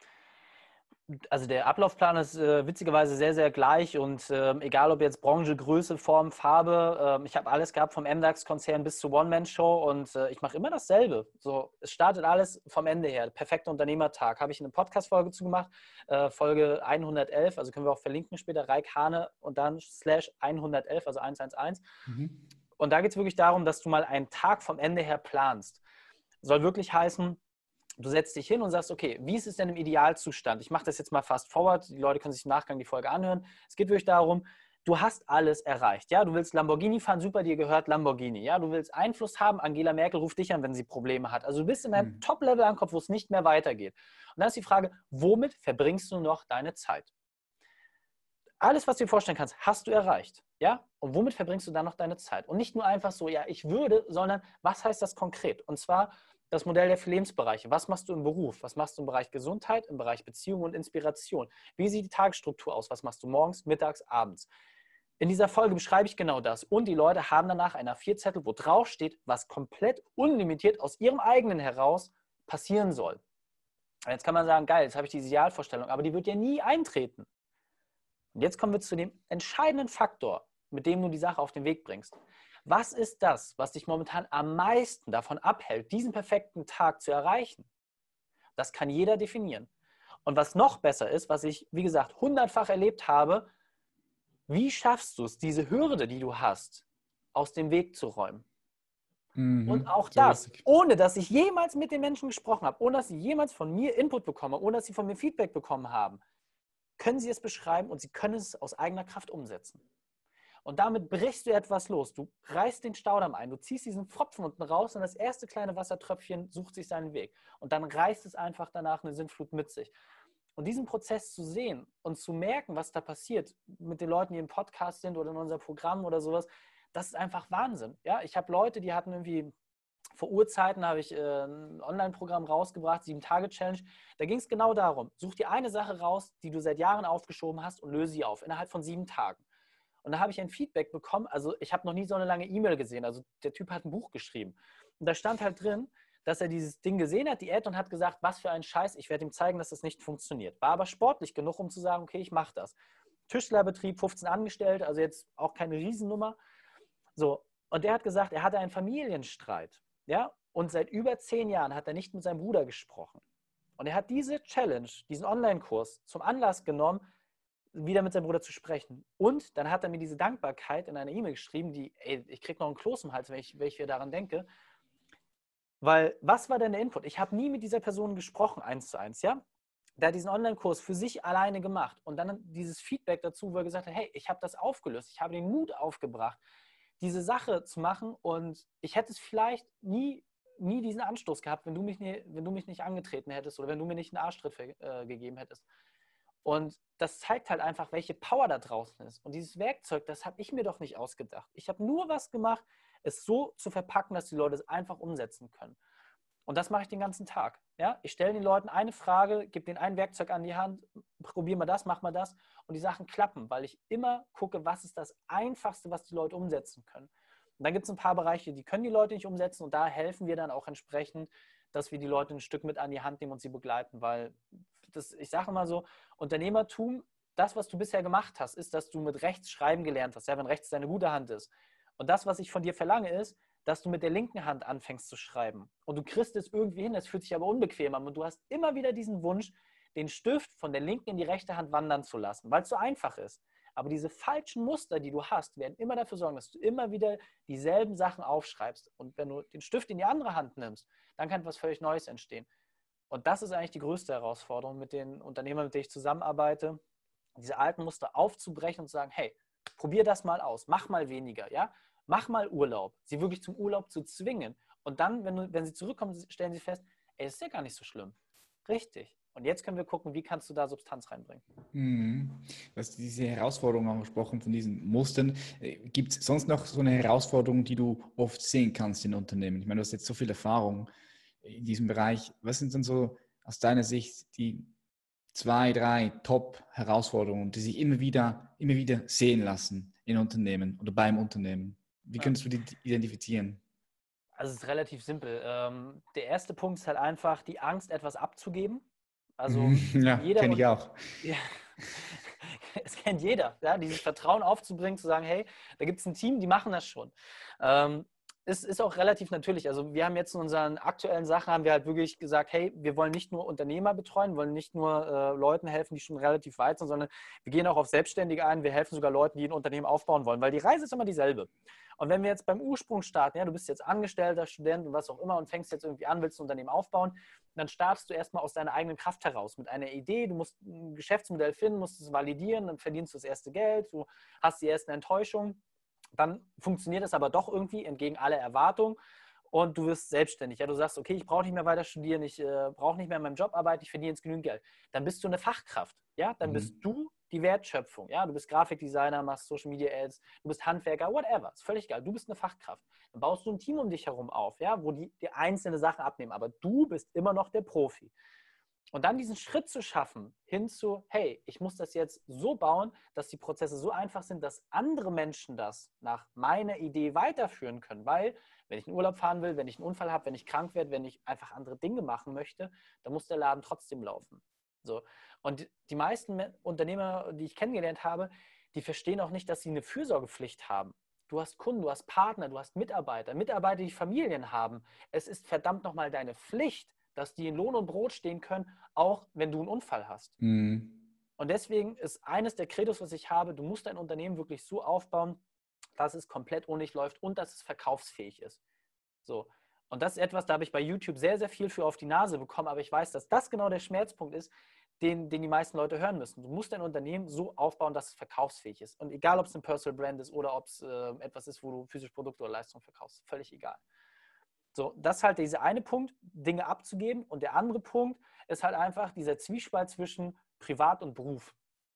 Also der Ablaufplan ist witzigerweise sehr, sehr gleich und egal ob jetzt Branche, Größe, Form, Farbe, ich habe alles gehabt vom MDAX-Konzern bis zur One-Man-Show und ich mache immer dasselbe. So, es startet alles vom Ende her. Perfekter Unternehmertag. Habe ich eine Podcast-Folge zugemacht, Folge 111, also können wir auch verlinken später, Raik Hane und dann /111, also 111. Und da geht es wirklich darum, dass du mal einen Tag vom Ende her planst. Soll wirklich heißen, du setzt dich hin und sagst, okay, wie ist es denn im Idealzustand? Ich mache das jetzt mal fast forward, die Leute können sich im Nachgang die Folge anhören. Es geht wirklich darum, du hast alles erreicht. Ja? Du willst Lamborghini fahren, super, dir gehört Lamborghini. Ja? Du willst Einfluss haben, Angela Merkel ruft dich an, wenn sie Probleme hat. Also du bist in einem Top-Level angekommen, wo es nicht mehr weitergeht. Und dann ist die Frage, womit verbringst du noch deine Zeit? Alles, was du dir vorstellen kannst, hast du erreicht. Ja? Und womit verbringst du dann noch deine Zeit? Und nicht nur einfach so, ja, ich würde, sondern was heißt das konkret? Und zwar das Modell der 4 Lebensbereiche. Was machst du im Beruf? Was machst du im Bereich Gesundheit, im Bereich Beziehung und Inspiration? Wie sieht die Tagesstruktur aus? Was machst du morgens, mittags, abends? In dieser Folge beschreibe ich genau das. Und die Leute haben danach einen A4-Zettel, wo drauf steht, was komplett unlimitiert aus ihrem eigenen heraus passieren soll. Und jetzt kann man sagen, geil, jetzt habe ich die Idealvorstellung, aber die wird ja nie eintreten. Und jetzt kommen wir zu dem entscheidenden Faktor, mit dem du die Sache auf den Weg bringst. Was ist das, was dich momentan am meisten davon abhält, diesen perfekten Tag zu erreichen? Das kann jeder definieren. Und was noch besser ist, was ich, wie gesagt, 100-fach erlebt habe, wie schaffst du es, diese Hürde, die du hast, aus dem Weg zu räumen? Und auch so das, richtig. ohne dass ich jemals mit den Menschen gesprochen habe, ohne dass sie jemals von mir Input bekommen, ohne dass sie von mir Feedback bekommen haben, können sie es beschreiben und sie können es aus eigener Kraft umsetzen. Und damit brichst du etwas los. Du reißt den Staudamm ein, du ziehst diesen Pfropfen unten raus und das erste kleine Wassertröpfchen sucht sich seinen Weg. Und dann reißt es einfach danach eine Sintflut mit sich. Und diesen Prozess zu sehen und zu merken, was da passiert mit den Leuten, die im Podcast sind oder in unser Programm oder sowas, das ist einfach Wahnsinn. Ja, ich habe Leute, die hatten irgendwie, vor Urzeiten habe ich ein Online-Programm rausgebracht, 7-Tage-Challenge. Da ging es genau darum, such dir eine Sache raus, die du seit Jahren aufgeschoben hast und löse sie auf, innerhalb von 7 Tagen. Und da habe ich ein Feedback bekommen, also ich habe noch nie so eine lange E-Mail gesehen, also der Typ hat ein Buch geschrieben. Und da stand halt drin, dass er dieses Ding gesehen hat, die Ad, und hat gesagt, was für ein Scheiß, ich werde ihm zeigen, dass das nicht funktioniert. War aber sportlich genug, um zu sagen, okay, ich mache das. Tischlerbetrieb, 15 Angestellte, also jetzt auch keine Riesennummer. So, und der hat gesagt, er hatte einen Familienstreit, ja, und seit über 10 Jahren hat er nicht mit seinem Bruder gesprochen. Und er hat diese Challenge, diesen Online-Kurs zum Anlass genommen, wieder mit seinem Bruder zu sprechen. Und dann hat er mir diese Dankbarkeit in einer E-Mail geschrieben, die, ey, ich kriege noch einen Kloß im Hals, wenn ich wieder daran denke. Weil, was war denn der Input? Ich habe nie mit dieser Person gesprochen, 1:1, ja? Der hat diesen Online-Kurs für sich alleine gemacht. Und dann dieses Feedback dazu, wo er gesagt hat, hey, ich habe das aufgelöst, ich habe den Mut aufgebracht, diese Sache zu machen. Und ich hätte es vielleicht nie diesen Anstoß gehabt, wenn du mich nicht angetreten hättest oder wenn du mir nicht einen Arschtritt gegeben hättest. Und das zeigt halt einfach, welche Power da draußen ist. Und dieses Werkzeug, das habe ich mir doch nicht ausgedacht. Ich habe nur was gemacht, es so zu verpacken, dass die Leute es einfach umsetzen können. Und das mache ich den ganzen Tag. Ja? Ich stelle den Leuten eine Frage, gebe denen ein Werkzeug an die Hand, probier mal das, mach mal das. Und die Sachen klappen, weil ich immer gucke, was ist das Einfachste, was die Leute umsetzen können. Und dann gibt es ein paar Bereiche, die können die Leute nicht umsetzen. Und da helfen wir dann auch entsprechend, dass wir die Leute ein Stück mit an die Hand nehmen und sie begleiten. Weil ich sage immer so, Unternehmertum, das, was du bisher gemacht hast, ist, dass du mit rechts schreiben gelernt hast, ja, wenn rechts deine gute Hand ist. Und das, was ich von dir verlange, ist, dass du mit der linken Hand anfängst zu schreiben. Und du kriegst es irgendwie hin, das fühlt sich aber unbequem an. Und du hast immer wieder diesen Wunsch, den Stift von der linken in die rechte Hand wandern zu lassen, weil es so einfach ist. Aber diese falschen Muster, die du hast, werden immer dafür sorgen, dass du immer wieder dieselben Sachen aufschreibst. Und wenn du den Stift in die andere Hand nimmst, dann kann etwas völlig Neues entstehen. Und das ist eigentlich die größte Herausforderung mit den Unternehmern, mit denen ich zusammenarbeite, diese alten Muster aufzubrechen und zu sagen, hey, probier das mal aus, mach mal weniger, ja? Mach mal Urlaub, sie wirklich zum Urlaub zu zwingen. Und dann, wenn sie zurückkommen, stellen sie fest, ey, das ist ja gar nicht so schlimm. Richtig. Und jetzt können wir gucken, wie kannst du da Substanz reinbringen. Du hast diese Herausforderung angesprochen von diesen Mustern. Gibt es sonst noch so eine Herausforderung, die du oft sehen kannst in Unternehmen? Ich meine, du hast jetzt so viel Erfahrung in diesem Bereich. Was sind denn so aus deiner Sicht die 2, 3 Top-Herausforderungen, die sich immer wieder sehen lassen in Unternehmen oder beim Unternehmen? Wie könntest du die identifizieren? Also es ist relativ simpel. Der erste Punkt ist halt einfach die Angst, etwas abzugeben. Also Ja, jeder kenne und ich auch. ja, es kennt jeder, ja, dieses Vertrauen aufzubringen, zu sagen, hey, da gibt es ein Team, die machen das schon. Ist auch relativ natürlich. Also wir haben jetzt in unseren aktuellen Sachen, haben wir halt wirklich gesagt, hey, wir wollen nicht nur Unternehmer betreuen, wollen nicht nur Leuten helfen, die schon relativ weit sind, sondern wir gehen auch auf Selbstständige ein. Wir helfen sogar Leuten, die ein Unternehmen aufbauen wollen, weil die Reise ist immer dieselbe. Und wenn wir jetzt beim Ursprung starten, ja, du bist jetzt Angestellter, Student und was auch immer und fängst jetzt irgendwie an, willst ein Unternehmen aufbauen, dann startest du erstmal aus deiner eigenen Kraft heraus mit einer Idee. Du musst ein Geschäftsmodell finden, musst es validieren, dann verdienst du das erste Geld, du hast die ersten Enttäuschungen. Dann funktioniert es aber doch irgendwie entgegen aller Erwartungen und du wirst selbstständig. Ja, du sagst, okay, ich brauche nicht mehr weiter studieren, ich brauche nicht mehr in meinem Job arbeiten, ich verdiene jetzt genügend Geld. Dann bist du eine Fachkraft. Ja, dann bist du die Wertschöpfung. Ja, du bist Grafikdesigner, machst Social Media Ads, du bist Handwerker, whatever. Ist völlig egal. Du bist eine Fachkraft. Dann baust du ein Team um dich herum auf, ja, wo die einzelne Sachen abnehmen. Aber du bist immer noch der Profi. Und dann diesen Schritt zu schaffen, hin zu, hey, ich muss das jetzt so bauen, dass die Prozesse so einfach sind, dass andere Menschen das nach meiner Idee weiterführen können. Weil, wenn ich in Urlaub fahren will, wenn ich einen Unfall habe, wenn ich krank werde, wenn ich einfach andere Dinge machen möchte, dann muss der Laden trotzdem laufen. So. Und die meisten Unternehmer, die ich kennengelernt habe, die verstehen auch nicht, dass sie eine Fürsorgepflicht haben. Du hast Kunden, du hast Partner, du hast Mitarbeiter, die Familien haben. Es ist verdammt nochmal deine Pflicht, dass die in Lohn und Brot stehen können, auch wenn du einen Unfall hast. Und deswegen ist eines der Credos, was ich habe, du musst dein Unternehmen wirklich so aufbauen, dass es komplett ohne dich läuft und dass es verkaufsfähig ist. So. Und das ist etwas, da habe ich bei YouTube sehr, sehr viel für auf die Nase bekommen, aber ich weiß, dass das genau der Schmerzpunkt ist, den die meisten Leute hören müssen. Du musst dein Unternehmen so aufbauen, dass es verkaufsfähig ist. Und egal, ob es ein Personal Brand ist oder ob es etwas ist, wo du physische Produkte oder Leistungen verkaufst, völlig egal. So, das ist halt dieser eine Punkt, Dinge abzugeben. Und der andere Punkt ist halt einfach dieser Zwiespalt zwischen Privat und Beruf.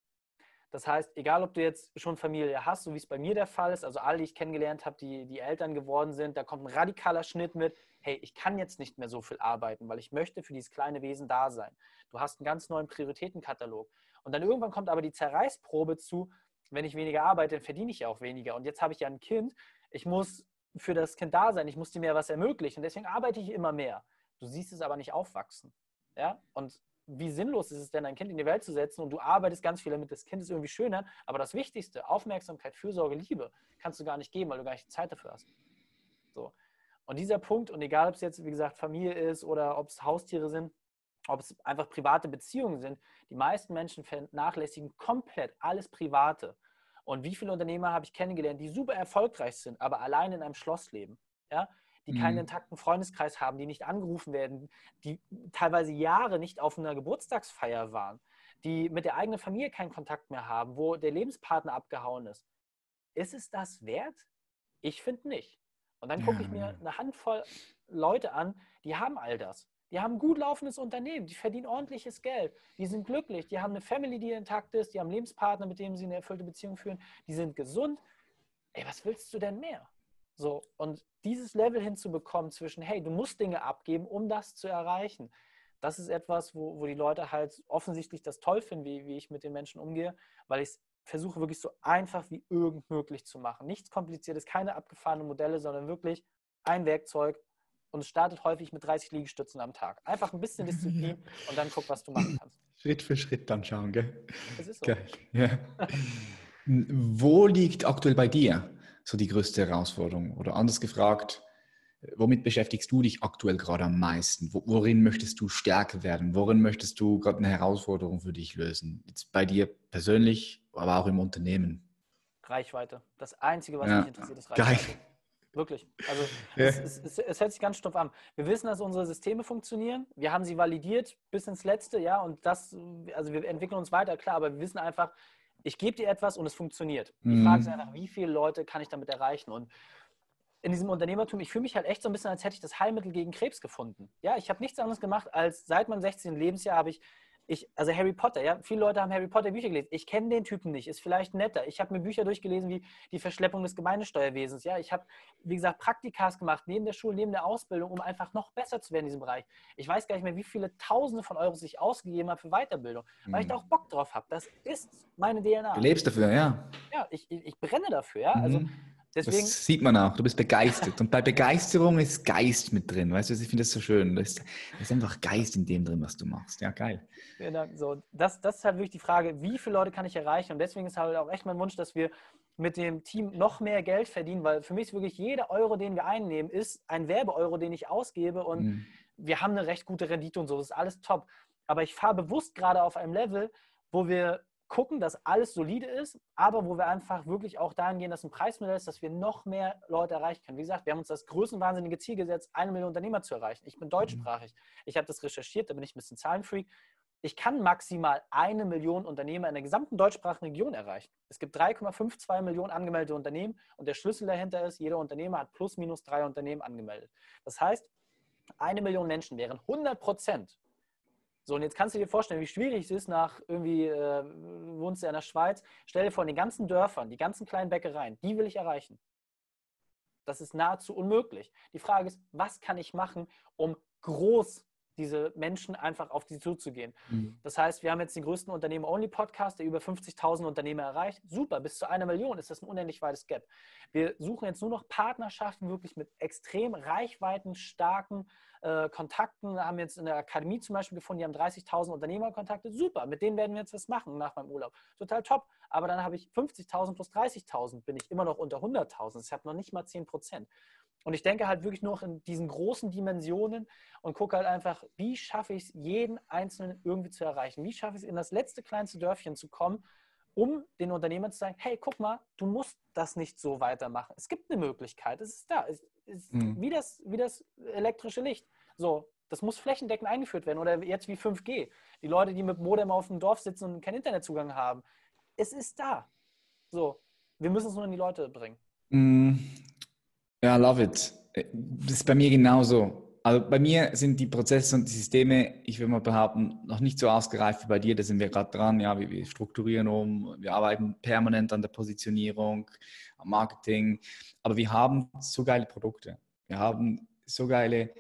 Das heißt, egal ob du jetzt schon Familie hast, so wie es bei mir der Fall ist, also alle, die ich kennengelernt habe, die Eltern geworden sind, da kommt ein radikaler Schnitt mit, hey, ich kann jetzt nicht mehr so viel arbeiten, weil ich möchte für dieses kleine Wesen da sein. Du hast einen ganz neuen Prioritätenkatalog. Und dann irgendwann kommt aber die Zerreißprobe zu, wenn ich weniger arbeite, dann verdiene ich ja auch weniger. Und jetzt habe ich ja ein Kind, ich muss für das Kind da sein, ich muss dem ja was ermöglichen. Und deswegen arbeite ich immer mehr. Du siehst es aber nicht aufwachsen. Ja? Und wie sinnlos ist es denn, ein Kind in die Welt zu setzen und du arbeitest ganz viel damit, das Kind ist irgendwie schöner, aber das Wichtigste, Aufmerksamkeit, Fürsorge, Liebe, kannst du gar nicht geben, weil du gar nicht die Zeit dafür hast. So. Und dieser Punkt, und egal ob es jetzt, wie gesagt, Familie ist oder ob es Haustiere sind, ob es einfach private Beziehungen sind, die meisten Menschen vernachlässigen komplett alles Private. Und wie viele Unternehmer habe ich kennengelernt, die super erfolgreich sind, aber allein in einem Schloss leben, ja? Die keinen intakten Freundeskreis haben, die nicht angerufen werden, die teilweise Jahre nicht auf einer Geburtstagsfeier waren, die mit der eigenen Familie keinen Kontakt mehr haben, wo der Lebenspartner abgehauen ist. Ist es das wert? Ich finde nicht. Und dann gucke ich mir eine Handvoll Leute an, die haben all das. Die haben ein gut laufendes Unternehmen, die verdienen ordentliches Geld, die sind glücklich, die haben eine Family, die intakt ist, die haben einen Lebenspartner, mit dem sie eine erfüllte Beziehung führen, die sind gesund. Ey, was willst du denn mehr? So, und dieses Level hinzubekommen zwischen, hey, du musst Dinge abgeben, um das zu erreichen, das ist etwas, wo die Leute halt offensichtlich das toll finden, wie ich mit den Menschen umgehe, weil ich es versuche wirklich so einfach wie irgend möglich zu machen. Nichts Kompliziertes, keine abgefahrenen Modelle, sondern wirklich ein Werkzeug und es startet häufig mit 30 Liegestützen am Tag. Einfach ein bisschen Disziplin und dann guck, was du machen kannst. Schritt für Schritt dann schauen, gell? Es ist so. Geil. Ja. Wo liegt aktuell bei dir so die größte Herausforderung? Oder anders gefragt, womit beschäftigst du dich aktuell gerade am meisten? Worin möchtest du stärker werden? Worin möchtest du gerade eine Herausforderung für dich lösen? Jetzt bei dir persönlich, aber auch im Unternehmen. Reichweite. Das Einzige, was Ja, mich interessiert, ist Reichweite. geil. Wirklich. Also Ja. es hört sich ganz stumpf an. Wir wissen, dass unsere Systeme funktionieren. Wir haben sie validiert bis ins Letzte, ja, und das, also wir entwickeln uns weiter, klar, aber wir wissen einfach, ich gebe dir etwas und es funktioniert. Die Frage ist einfach, wie viele Leute kann ich damit erreichen? Und in diesem Unternehmertum, ich fühle mich halt echt so ein bisschen, als hätte ich das Heilmittel gegen Krebs gefunden. Ja, ich habe nichts anderes gemacht, als seit meinem 16. Lebensjahr habe also Harry Potter, ja, viele Leute haben Harry Potter Bücher gelesen. Ich kenne den Typen nicht, ist vielleicht netter. Ich habe mir Bücher durchgelesen wie die Verschleppung des Gemeindesteuerwesens. Ja, ich habe, wie gesagt, Praktikas gemacht, neben der Schule, neben der Ausbildung, um einfach noch besser zu werden in diesem Bereich. Ich weiß gar nicht mehr, wie viele Tausende von Euros ich ausgegeben habe für Weiterbildung, weil ich da auch Bock drauf habe. Das ist meine DNA. Du lebst dafür, ja. Ja, ich brenne dafür, ja. Also deswegen. Das sieht man auch, du bist begeistert. Und bei Begeisterung ist Geist mit drin. Weißt du, ich finde das so schön. Da ist einfach Geist in dem drin, was du machst. Ja, geil. Vielen Dank. So, das ist halt wirklich die Frage, wie viele Leute kann ich erreichen? Und deswegen ist halt auch echt mein Wunsch, dass wir mit dem Team noch mehr Geld verdienen, weil für mich ist wirklich jeder Euro, den wir einnehmen, ist ein Werbeeuro, den ich ausgebe. Und wir haben eine recht gute Rendite und so. Das ist alles top. Aber ich fahre bewusst gerade auf einem Level, wo wir gucken, dass alles solide ist, aber wo wir einfach wirklich auch dahin gehen, dass ein Preismodell ist, dass wir noch mehr Leute erreichen können. Wie gesagt, wir haben uns das größenwahnsinnige Ziel gesetzt, 1 Million Unternehmer zu erreichen. Ich bin deutschsprachig. Ich habe das recherchiert, da bin ich ein bisschen Zahlenfreak. ich kann maximal 1 Million Unternehmer in der gesamten deutschsprachigen Region erreichen. Es gibt 3,52 Millionen angemeldete Unternehmen und der Schlüssel dahinter ist, jeder Unternehmer hat plus minus 3 Unternehmen angemeldet. Das heißt, 1 Million Menschen wären 100%. So, und jetzt kannst du dir vorstellen, wie schwierig es ist, wohnst du ja in der Schweiz, stell dir vor, die ganzen Dörfern, die ganzen kleinen Bäckereien, die will ich erreichen. Das ist nahezu unmöglich. Die Frage ist, was kann ich machen, um groß diese Menschen einfach auf die zuzugehen. Das heißt, wir haben jetzt den größten Unternehmer-Only-Podcast, der über 50.000 Unternehmer erreicht. Super, bis zu 1 Million ist das ein unendlich weites Gap. Wir suchen jetzt nur noch Partnerschaften wirklich mit extrem reichweitenstarken Kontakten. Wir haben jetzt in der Akademie zum Beispiel gefunden, die haben 30.000 Unternehmerkontakte. Super, mit denen werden wir jetzt was machen nach meinem Urlaub. Total top. Aber dann habe ich 50.000 plus 30.000, bin ich immer noch unter 100.000. Ich habe noch nicht mal 10%. Und ich denke halt wirklich nur in diesen großen Dimensionen und gucke halt einfach, wie schaffe ich es, jeden Einzelnen irgendwie zu erreichen? Wie schaffe ich es, in das letzte kleinste Dörfchen zu kommen, um den Unternehmern zu sagen, hey, guck mal, du musst das nicht so weitermachen. Es gibt eine Möglichkeit, es ist da. Es ist wie das elektrische Licht. So, das muss flächendeckend eingeführt werden. Oder jetzt wie 5G. Die Leute, die mit Modem auf dem Dorf sitzen und keinen Internetzugang haben. Es ist da. So, wir müssen es nur in die Leute bringen. Ja, love it. Das ist bei mir genauso. Also bei mir sind die Prozesse und die Systeme, ich würde mal behaupten, noch nicht so ausgereift wie bei dir. Da sind wir gerade dran. Ja, wir strukturieren wir arbeiten permanent an der Positionierung, am Marketing. Aber wir haben so geile Produkte. Wir haben so geile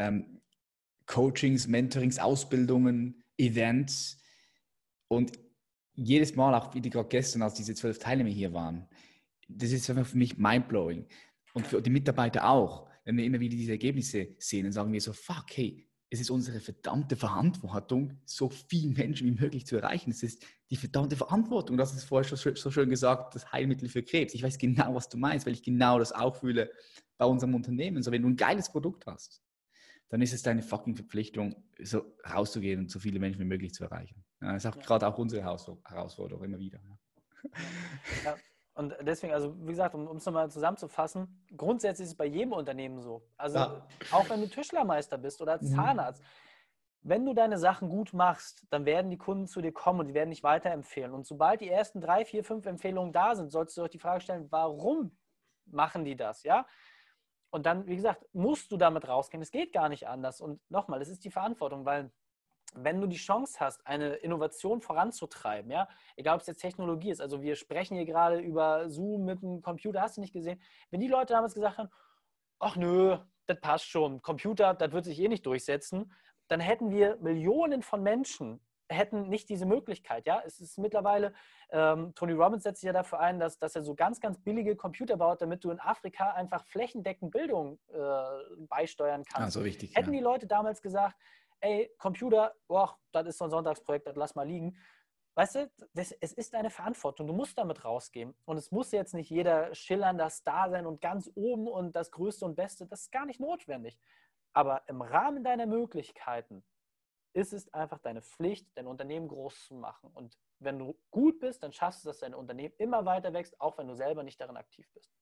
Coachings, Mentorings, Ausbildungen, Events. Und jedes Mal, auch wie gerade gestern, als diese 12 Teilnehmer hier waren, das ist einfach für mich mindblowing. Und für die Mitarbeiter auch. Wenn wir immer wieder diese Ergebnisse sehen, dann sagen wir so, fuck, hey, es ist unsere verdammte Verantwortung, so viele Menschen wie möglich zu erreichen. Es ist die verdammte Verantwortung. Das ist vorher schon so schön gesagt, das Heilmittel für Krebs. Ich weiß genau, was du meinst, weil ich genau das auch fühle bei unserem Unternehmen. So, wenn du ein geiles Produkt hast, dann ist es deine fucking Verpflichtung, so rauszugehen und so viele Menschen wie möglich zu erreichen. Ja, das ist auch gerade auch unsere Herausforderung immer wieder. Ja. Und deswegen, also wie gesagt, um es nochmal zusammenzufassen, grundsätzlich ist es bei jedem Unternehmen so. Also auch wenn du Tischlermeister bist oder Zahnarzt, wenn du deine Sachen gut machst, dann werden die Kunden zu dir kommen und die werden dich weiterempfehlen. Und sobald die ersten 3, 4, 5 Empfehlungen da sind, solltest du euch die Frage stellen, warum machen die das? Ja? Und dann, wie gesagt, musst du damit rausgehen. Es geht gar nicht anders. Und nochmal, das ist die Verantwortung, weil wenn du die Chance hast, eine Innovation voranzutreiben, ja, egal ob es jetzt Technologie ist, also wir sprechen hier gerade über Zoom mit einem Computer, hast du nicht gesehen, wenn die Leute damals gesagt haben, ach nö, das passt schon, Computer, das wird sich eh nicht durchsetzen, dann hätten wir Millionen von Menschen, hätten nicht diese Möglichkeit, ja, es ist mittlerweile, Tony Robbins setzt sich ja dafür ein, dass er so ganz, ganz billige Computer baut, damit du in Afrika einfach flächendeckend Bildung beisteuern kannst. So wichtig, hätten die Leute damals gesagt, ey, Computer, oh, das ist so ein Sonntagsprojekt, das lass mal liegen. Weißt du, es ist deine Verantwortung, du musst damit rausgehen. Und es muss jetzt nicht jeder schillernder Star sein und ganz oben und das Größte und Beste, das ist gar nicht notwendig. Aber im Rahmen deiner Möglichkeiten ist es einfach deine Pflicht, dein Unternehmen groß zu machen. Und wenn du gut bist, dann schaffst du, dass dein Unternehmen immer weiter wächst, auch wenn du selber nicht darin aktiv bist.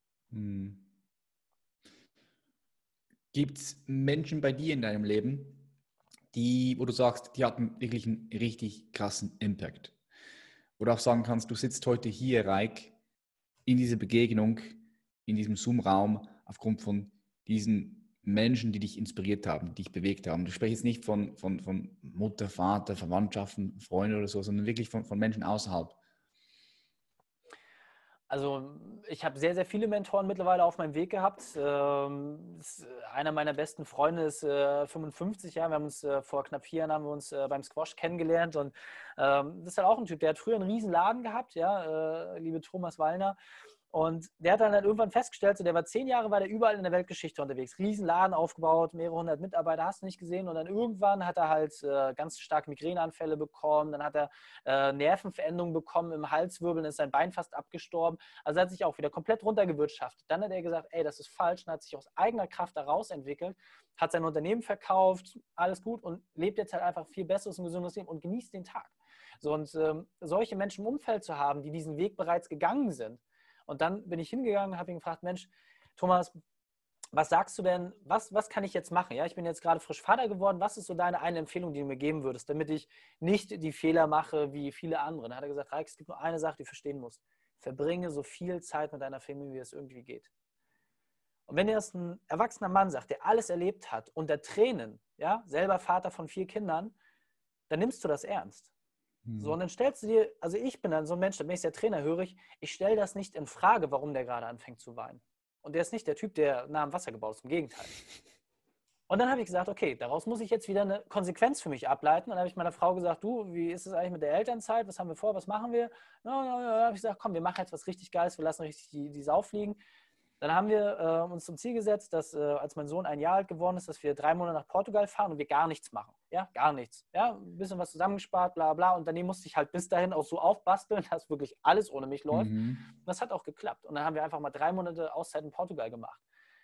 Gibt es Menschen bei dir in deinem Leben, wo du sagst, die hatten wirklich einen richtig krassen Impact? Wo du auch sagen kannst, du sitzt heute hier, Raik, in dieser Begegnung, in diesem Zoom-Raum, aufgrund von diesen Menschen, die dich inspiriert haben, die dich bewegt haben. Du sprichst jetzt nicht von Mutter, Vater, Verwandtschaften, Freunde oder so, sondern wirklich von Menschen außerhalb. Also ich habe sehr, sehr viele Mentoren mittlerweile auf meinem Weg gehabt. Einer meiner besten Freunde ist 55 Jahre. Wir haben uns vor knapp 4 Jahren haben wir uns beim Squash kennengelernt. Und das ist halt auch ein Typ, der hat früher einen riesen Laden gehabt, ja, liebe Thomas Wallner. Und der hat dann halt irgendwann festgestellt, so, der war 10 Jahre, war der überall in der Weltgeschichte unterwegs. Riesenladen aufgebaut, mehrere hundert Mitarbeiter, hast du nicht gesehen. Und dann irgendwann hat er halt ganz stark Migräneanfälle bekommen. Dann hat er Nervenveränderungen bekommen im Halswirbel, ist sein Bein fast abgestorben. Also er hat sich auch wieder komplett runtergewirtschaftet. Dann hat er gesagt, ey, das ist falsch. Und hat sich aus eigener Kraft daraus entwickelt, hat sein Unternehmen verkauft, alles gut und lebt jetzt halt einfach viel besseres und gesünderes Leben und genießt den Tag. So, und solche Menschen im Umfeld zu haben, die diesen Weg bereits gegangen sind. Und dann bin ich hingegangen und habe ihn gefragt, Mensch, Thomas, was sagst du denn, was kann ich jetzt machen? Ja, ich bin jetzt gerade frisch Vater geworden. Was ist so deine eine Empfehlung, die du mir geben würdest, damit ich nicht die Fehler mache wie viele andere? Dann hat er gesagt, Raik, es gibt nur eine Sache, die du verstehen musst. Verbringe so viel Zeit mit deiner Familie, wie es irgendwie geht. Und wenn dir das ein erwachsener Mann sagt, der alles erlebt hat, unter Tränen, ja, selber Vater von 4 Kindern, dann nimmst du das ernst. So, und dann stellst du dir, also ich bin dann so ein Mensch, da bin ich der Trainer, höre ich stelle das nicht in Frage, warum der gerade anfängt zu weinen. Und der ist nicht der Typ, der nah am Wasser gebaut ist, im Gegenteil. Und dann habe ich gesagt, okay, daraus muss ich jetzt wieder eine Konsequenz für mich ableiten. Und dann habe ich meiner Frau gesagt, du, wie ist es eigentlich mit der Elternzeit? Was haben wir vor? Was machen wir? Dann habe ich gesagt, komm, wir machen jetzt was richtig Geiles, wir lassen richtig die Sau fliegen. Dann haben wir uns zum Ziel gesetzt, dass als mein Sohn 1 Jahr alt geworden ist, dass wir 3 Monate nach Portugal fahren und wir gar nichts machen. Ja, gar nichts. Ja, ein bisschen was zusammengespart, bla bla. Und daneben musste ich halt bis dahin auch so aufbasteln, dass wirklich alles ohne mich läuft. Und das hat auch geklappt. Und dann haben wir einfach mal 3 Monate Auszeit in Portugal gemacht.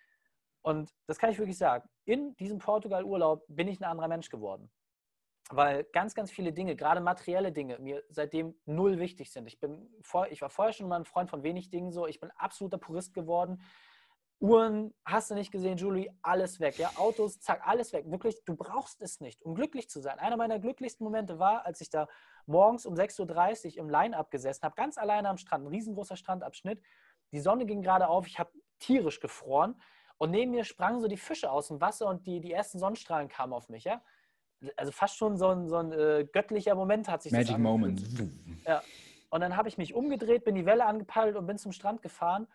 Und das kann ich wirklich sagen. In diesem Portugal-Urlaub bin ich ein anderer Mensch geworden. Weil ganz, ganz viele Dinge, gerade materielle Dinge, mir seitdem null wichtig sind. Ich war vorher schon mal ein Freund von wenig Dingen so. Ich bin absoluter Purist geworden. Uhren, hast du nicht gesehen, Julie, alles weg. Ja? Autos, zack, alles weg. Wirklich, du brauchst es nicht, um glücklich zu sein. Einer meiner glücklichsten Momente war, als ich da morgens um 6:30 Uhr im Line-Up gesessen habe, ganz alleine am Strand, ein riesengroßer Strandabschnitt. Die Sonne ging gerade auf, ich habe tierisch gefroren und neben mir sprangen so die Fische aus dem Wasser und die ersten Sonnenstrahlen kamen auf mich. Ja? Also fast schon so ein göttlicher Moment hat sich das Magic angefühlt. Moment. Ja. Und dann habe ich mich umgedreht, bin die Welle angepaddelt und bin zum Strand gefahren.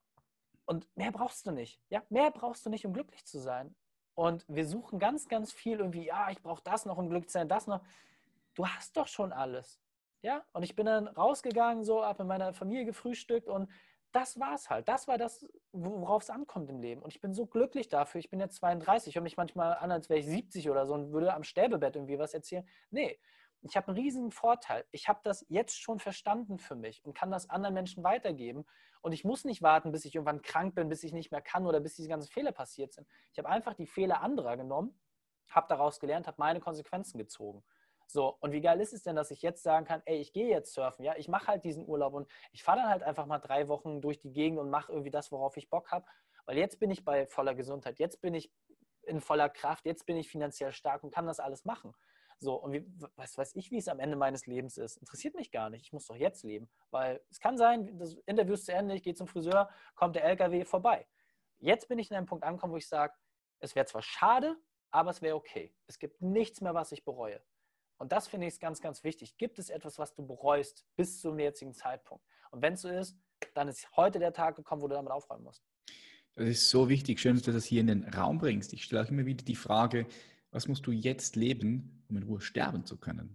Und mehr brauchst du nicht. Ja? Mehr brauchst du nicht, um glücklich zu sein. Und wir suchen ganz, ganz viel irgendwie, ja, ich brauche das noch, um glücklich zu sein, das noch. Du hast doch schon alles. Ja? Und ich bin dann rausgegangen, so, habe mit meiner Familie gefrühstückt und das war es halt. Das war das, worauf es ankommt im Leben. Und ich bin so glücklich dafür. Ich bin jetzt 32. Ich höre mich manchmal an, als wäre ich 70 oder so und würde am Sterbebett irgendwie was erzählen. Nee, ich habe einen riesigen Vorteil. Ich habe das jetzt schon verstanden für mich und kann das anderen Menschen weitergeben. Und ich muss nicht warten, bis ich irgendwann krank bin, bis ich nicht mehr kann oder bis diese ganzen Fehler passiert sind. Ich habe einfach die Fehler anderer genommen, habe daraus gelernt, habe meine Konsequenzen gezogen. So, und wie geil ist es denn, dass ich jetzt sagen kann, ey, ich gehe jetzt surfen, ja, ich mache halt diesen Urlaub und ich fahre dann halt einfach mal 3 Wochen durch die Gegend und mache irgendwie das, worauf ich Bock habe, weil jetzt bin ich bei voller Gesundheit, jetzt bin ich in voller Kraft, jetzt bin ich finanziell stark und kann das alles machen. So, und was weiß ich, wie es am Ende meines Lebens ist, interessiert mich gar nicht, ich muss doch jetzt leben, weil es kann sein, das Interview ist zu Ende, ich gehe zum Friseur, kommt der LKW vorbei. Jetzt bin ich in einem Punkt angekommen, wo ich sage, es wäre zwar schade, aber es wäre okay. Es gibt nichts mehr, was ich bereue. Und das finde ich ganz, ganz wichtig. Gibt es etwas, was du bereust bis zum jetzigen Zeitpunkt? Und wenn es so ist, dann ist heute der Tag gekommen, wo du damit aufräumen musst. Das ist so wichtig. Schön, dass du das hier in den Raum bringst. Ich stelle auch immer wieder die Frage, was musst du jetzt leben, um in Ruhe sterben zu können?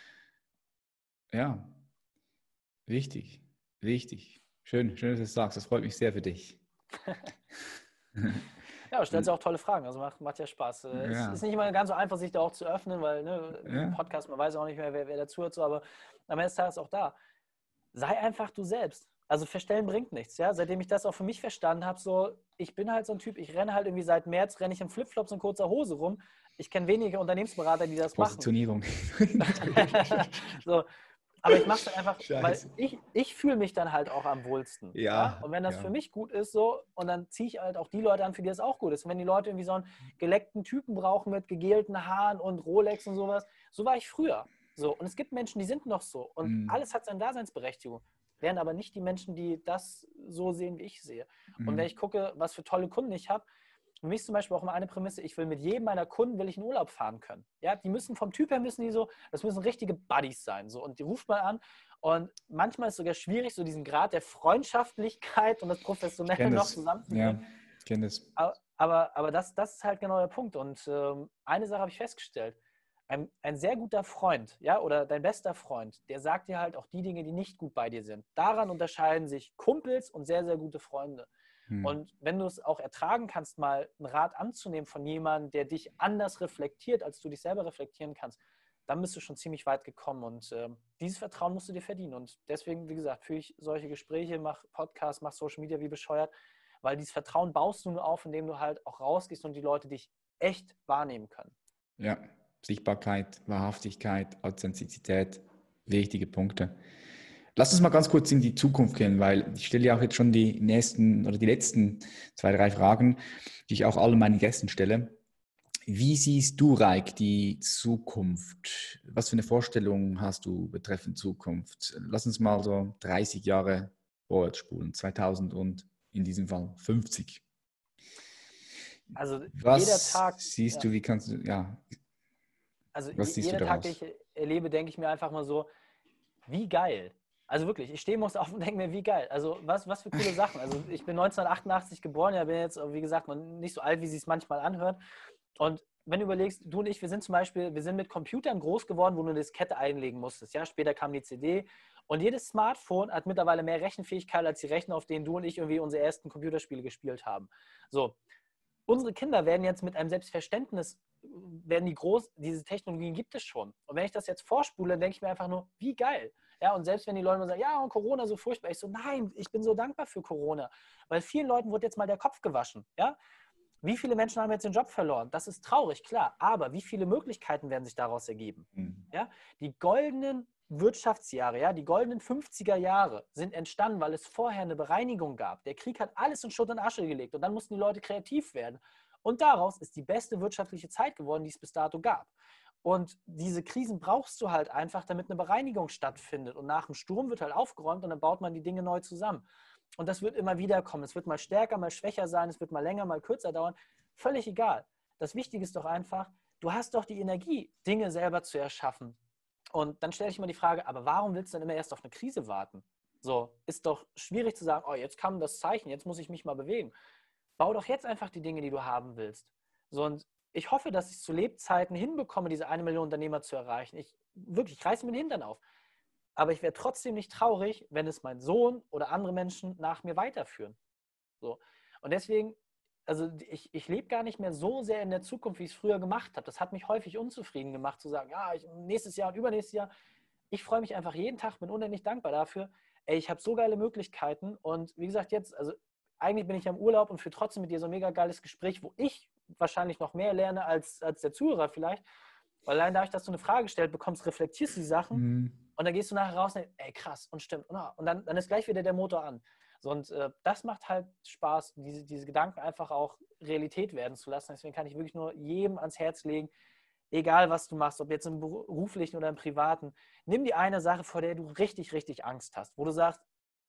Ja, wichtig, wichtig. Schön, dass du das sagst. Das freut mich sehr für dich. Ja, du stellst ja auch tolle Fragen, also macht ja Spaß. Es ist nicht immer ganz so einfach, sich da auch zu öffnen, weil im Podcast, man weiß auch nicht mehr, wer dazuhört, so, aber am Ende des Tages auch da. Sei einfach du selbst. Also verstellen bringt nichts, ja. Seitdem ich das auch für mich verstanden habe, so, ich bin halt so ein Typ, ich renne halt irgendwie seit März, renne ich in Flipflops und kurzer Hose rum. Ich kenne wenige Unternehmensberater, die das Positionierung. machen. So, aber ich mache es dann einfach, Scheiße. weil ich fühle mich dann halt auch am wohlsten. Ja? Und wenn das für mich gut ist, so, und dann ziehe ich halt auch die Leute an, für die das auch gut ist. Und wenn die Leute irgendwie so einen geleckten Typen brauchen mit gegelten Haaren und Rolex und sowas, so war ich früher. So, und es gibt Menschen, die sind noch so. Und alles hat seine Daseinsberechtigung. Wären aber nicht die Menschen, die das so sehen, wie ich sehe. Und wenn ich gucke, was für tolle Kunden ich habe, für mich ist zum Beispiel auch immer eine Prämisse, ich will mit jedem meiner Kunden will ich in Urlaub fahren können. Ja, die müssen vom Typ her müssen die so, das müssen richtige Buddies sein. So. Und die ruft man an und manchmal ist es sogar schwierig, so diesen Grad der Freundschaftlichkeit und das Professionelle noch zusammenzubringen. Ja, ich kenne das. Aber das ist halt genau der Punkt. Und eine Sache habe ich festgestellt. Ein sehr guter Freund, ja, oder dein bester Freund, der sagt dir halt auch die Dinge, die nicht gut bei dir sind. Daran unterscheiden sich Kumpels und sehr, sehr gute Freunde. Und wenn du es auch ertragen kannst, mal einen Rat anzunehmen von jemandem, der dich anders reflektiert, als du dich selber reflektieren kannst, dann bist du schon ziemlich weit gekommen. Und dieses Vertrauen musst du dir verdienen. Und deswegen, wie gesagt, führe ich solche Gespräche, mache Podcasts, mache Social Media wie bescheuert, weil dieses Vertrauen baust du nur auf, indem du halt auch rausgehst und die Leute dich echt wahrnehmen können. Ja, Sichtbarkeit, Wahrhaftigkeit, Authentizität, wichtige Punkte. Lass uns mal ganz kurz in die Zukunft gehen, weil ich stelle ja auch jetzt schon die nächsten oder die letzten 2, 3 Fragen, die ich auch allen meinen Gästen stelle. Wie siehst du, Raik, die Zukunft? Was für eine Vorstellung hast du betreffend Zukunft? Lass uns mal so 30 Jahre vorwärts spulen, 2000 und in diesem Fall 50. Also jeder Was Tag, siehst ja, du, wie kannst du, ja, also was siehst du jeder Tag, den daraus? ich erlebe, denke ich mir einfach mal so, wie geil. Also wirklich, ich stehe morgens auf und denke mir, wie geil. Also was für coole Sachen. Also ich bin 1988 geboren, ja, bin jetzt, wie gesagt, noch nicht so alt, wie sie es manchmal anhört. Und wenn du überlegst, du und ich, wir sind zum Beispiel, wir sind mit Computern groß geworden, wo du eine Diskette einlegen musstest. Ja, später kam die CD. Und jedes Smartphone hat mittlerweile mehr Rechenfähigkeit als die Rechner, auf denen du und ich irgendwie unsere ersten Computerspiele gespielt haben. So, unsere Kinder werden jetzt mit einem Selbstverständnis, werden die groß, diese Technologien gibt es schon. Und wenn ich das jetzt vorspule, denke ich mir einfach nur, wie geil. Ja, und selbst wenn die Leute mal sagen, ja, und Corona so furchtbar, ich so, nein, ich bin so dankbar für Corona, weil vielen Leuten wird jetzt mal der Kopf gewaschen. Ja, wie viele Menschen haben jetzt den Job verloren? Das ist traurig, klar, aber wie viele Möglichkeiten werden sich daraus ergeben? Hm. Ja, die goldenen Wirtschaftsjahre, ja, die goldenen 50er Jahre sind entstanden, weil es vorher eine Bereinigung gab. Der Krieg hat alles in Schutt und Asche gelegt und dann mussten die Leute kreativ werden. Und daraus ist die beste wirtschaftliche Zeit geworden, die es bis dato gab. Und diese Krisen brauchst du halt einfach, damit eine Bereinigung stattfindet. Und nach dem Sturm wird halt aufgeräumt und dann baut man die Dinge neu zusammen. Und das wird immer wieder kommen. Es wird mal stärker, mal schwächer sein, es wird mal länger, mal kürzer dauern. Völlig egal. Das Wichtige ist doch einfach, du hast doch die Energie, Dinge selber zu erschaffen. Und dann stelle ich mir die Frage, aber warum willst du dann immer erst auf eine Krise warten? So, ist doch schwierig zu sagen, oh, jetzt kam das Zeichen, jetzt muss ich mich mal bewegen. Bau doch jetzt einfach die Dinge, die du haben willst. So, und ich hoffe, dass ich zu Lebzeiten hinbekomme, diese 1 Million Unternehmer zu erreichen. Ich reiße mir den Hintern auf. Aber ich wäre trotzdem nicht traurig, wenn es mein Sohn oder andere Menschen nach mir weiterführen. So. Und deswegen, also ich lebe gar nicht mehr so sehr in der Zukunft, wie ich es früher gemacht habe. Das hat mich häufig unzufrieden gemacht, zu sagen, ja, nächstes Jahr und übernächstes Jahr. Ich freue mich einfach jeden Tag, bin unendlich dankbar dafür. Ey, ich habe so geile Möglichkeiten. Und wie gesagt, jetzt, also eigentlich bin ich am Urlaub und führe trotzdem mit dir so ein mega geiles Gespräch, wo ich wahrscheinlich noch mehr lerne als der Zuhörer vielleicht. Weil allein dadurch, dass du eine Frage gestellt bekommst, reflektierst du die Sachen Hm. und dann gehst du nachher raus und denkst, ey krass und stimmt. Und dann ist gleich wieder der Motor an. So, und das macht halt Spaß, diese Gedanken einfach auch Realität werden zu lassen. Deswegen kann ich wirklich nur jedem ans Herz legen, egal was du machst, ob jetzt im beruflichen oder im privaten, nimm dir eine Sache, vor der du richtig, richtig Angst hast, wo du sagst,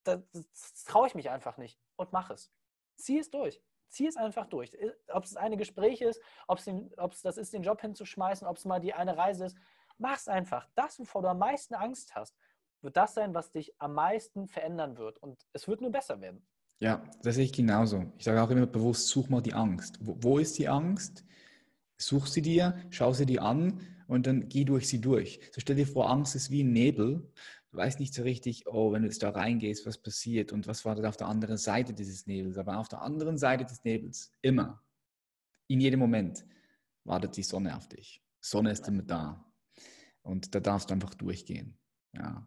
das traue ich mich einfach nicht und mach es. Zieh es durch. Zieh es einfach durch. Ob es eine Gespräch ist, ob es das ist, den Job hinzuschmeißen, ob es mal die eine Reise ist, mach es einfach. Das, wovor du am meisten Angst hast, wird das sein, was dich am meisten verändern wird. Und es wird nur besser werden. Ja, das sehe ich genauso. Ich sage auch immer bewusst, such mal die Angst. Wo ist die Angst? Such sie dir, schau sie dir an und dann geh durch sie durch. So stell dir vor, Angst ist wie ein Nebel. Du weißt nicht so richtig, oh, wenn du jetzt da reingehst, was passiert und was war da auf der anderen Seite dieses Nebels. Aber auf der anderen Seite des Nebels, immer, in jedem Moment, wartet die Sonne auf dich. Sonne ist Ja, immer da. Und da darfst du einfach durchgehen. Ja.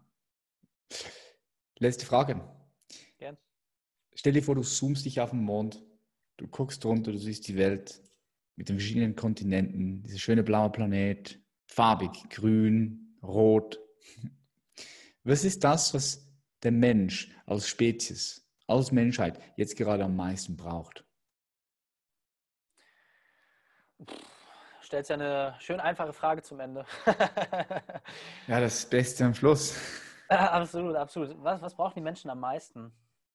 Letzte Frage. gern. Stell dir vor, du zoomst dich auf den Mond, du guckst runter, du siehst die Welt mit den verschiedenen Kontinenten, dieser schöne blaue Planet, farbig, grün, rot. Was ist das, was der Mensch als Spezies, als Menschheit jetzt gerade am meisten braucht? Stellst ja eine schön einfache Frage zum Ende. Ja, das Beste am Schluss. Absolut, absolut. Was brauchen die Menschen am meisten?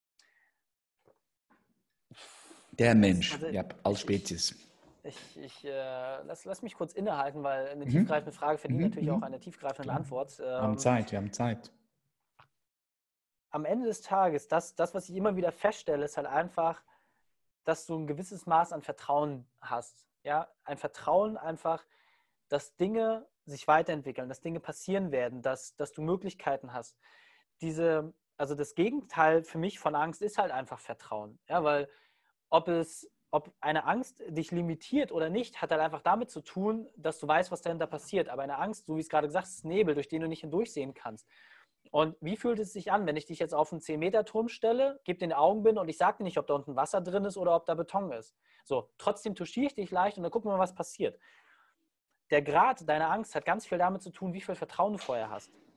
Der Das ist Mensch, tatsächlich, ja, als Spezies. lass mich kurz innehalten, weil eine Mhm. tiefgreifende Frage verdient Mhm. natürlich auch Mhm. eine tiefgreifende Klar. Antwort. Wir haben Zeit, wir haben Zeit. Am Ende des Tages, was ich immer wieder feststelle, ist halt einfach, dass du ein gewisses Maß an Vertrauen hast. Ja, ein Vertrauen einfach, dass Dinge sich weiterentwickeln, dass Dinge passieren werden, dass du Möglichkeiten hast. Also das Gegenteil für mich von Angst ist halt einfach Vertrauen. Ja, weil ob eine Angst dich limitiert oder nicht, hat halt einfach damit zu tun, dass du weißt, was dahinter passiert. Aber eine Angst, so wie es gerade gesagt hast, ist Nebel, durch den du nicht hindurchsehen kannst. Und wie fühlt es sich an, wenn ich dich jetzt auf einen 10-Meter-Turm stelle, gebe den Augenbinden und ich sage dir nicht, ob da unten Wasser drin ist oder ob da Beton ist. So, trotzdem touchiere ich dich leicht und dann gucken wir mal, was passiert. Der Grad deiner Angst hat ganz viel damit zu tun, wie viel Vertrauen du vorher hast.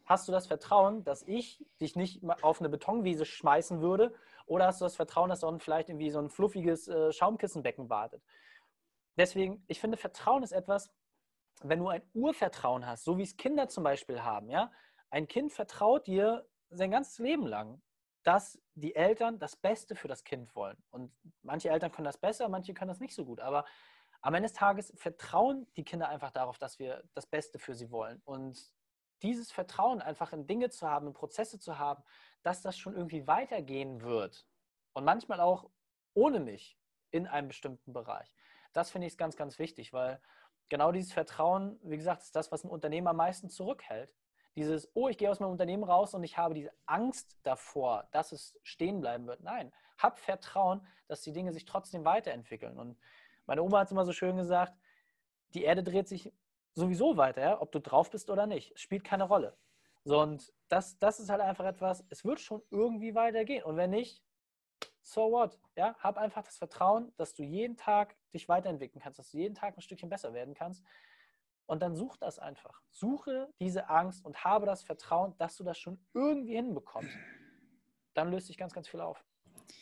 Hast du das Vertrauen, dass ich dich nicht auf eine Betonwiese schmeißen würde? Oder hast du das Vertrauen, dass dann vielleicht irgendwie so ein fluffiges Schaumkissenbecken wartet? Deswegen, ich finde, Vertrauen ist etwas, wenn du ein Urvertrauen hast, so wie es Kinder zum Beispiel haben, ja, ein Kind vertraut dir sein ganzes Leben lang, dass die Eltern das Beste für das Kind wollen. Und manche Eltern können das besser, manche können das nicht so gut. Aber am Ende des Tages vertrauen die Kinder einfach darauf, dass wir das Beste für sie wollen. Und dieses Vertrauen einfach in Dinge zu haben, in Prozesse zu haben, dass das schon irgendwie weitergehen wird. Und manchmal auch ohne mich in einem bestimmten Bereich. Das finde ich ganz, ganz wichtig, weil genau dieses Vertrauen, wie gesagt, ist das, was ein Unternehmer am meisten zurückhält. Dieses, oh, ich gehe aus meinem Unternehmen raus und ich habe diese Angst davor, dass es stehen bleiben wird. Nein, hab Vertrauen, dass die Dinge sich trotzdem weiterentwickeln. Und meine Oma hat es immer so schön gesagt, die Erde dreht sich sowieso weiter, ja? Ob du drauf bist oder nicht. Es spielt keine Rolle. So, und das ist halt einfach etwas, es wird schon irgendwie weitergehen. Und wenn nicht, so what? Ja? Hab einfach das Vertrauen, dass du jeden Tag dich weiterentwickeln kannst, dass du jeden Tag ein Stückchen besser werden kannst. Und dann such das einfach. Suche diese Angst und habe das Vertrauen, dass du das schon irgendwie hinbekommst. Dann löst sich ganz, ganz viel auf.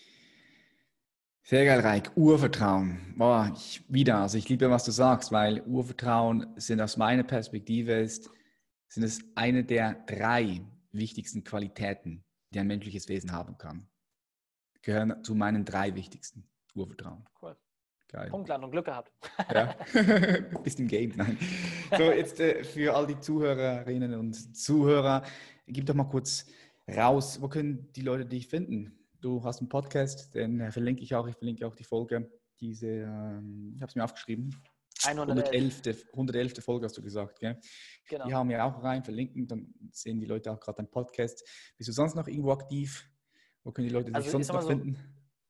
Sehr geil, Raik. Urvertrauen. Boah, also ich liebe, was du sagst, weil Urvertrauen sind aus meiner Perspektive sind es eine der 3 wichtigsten Qualitäten, die ein menschliches Wesen haben kann. Gehören zu meinen 3 wichtigsten. Urvertrauen. Cool. Geil. Punktlandung, Glück gehabt. Ja, bist im Game, nein. So, jetzt für all die Zuhörerinnen und Zuhörer, gib doch mal kurz raus, wo können die Leute dich finden? Du hast einen Podcast, den verlinke ich auch. Ich verlinke auch die Folge, ich habe es mir aufgeschrieben. 111. Folge hast du gesagt, gell? Genau. Die haben wir auch rein, verlinken, dann sehen die Leute auch gerade deinen Podcast. Bist du sonst noch irgendwo aktiv? Wo können die Leute dich sonst noch finden?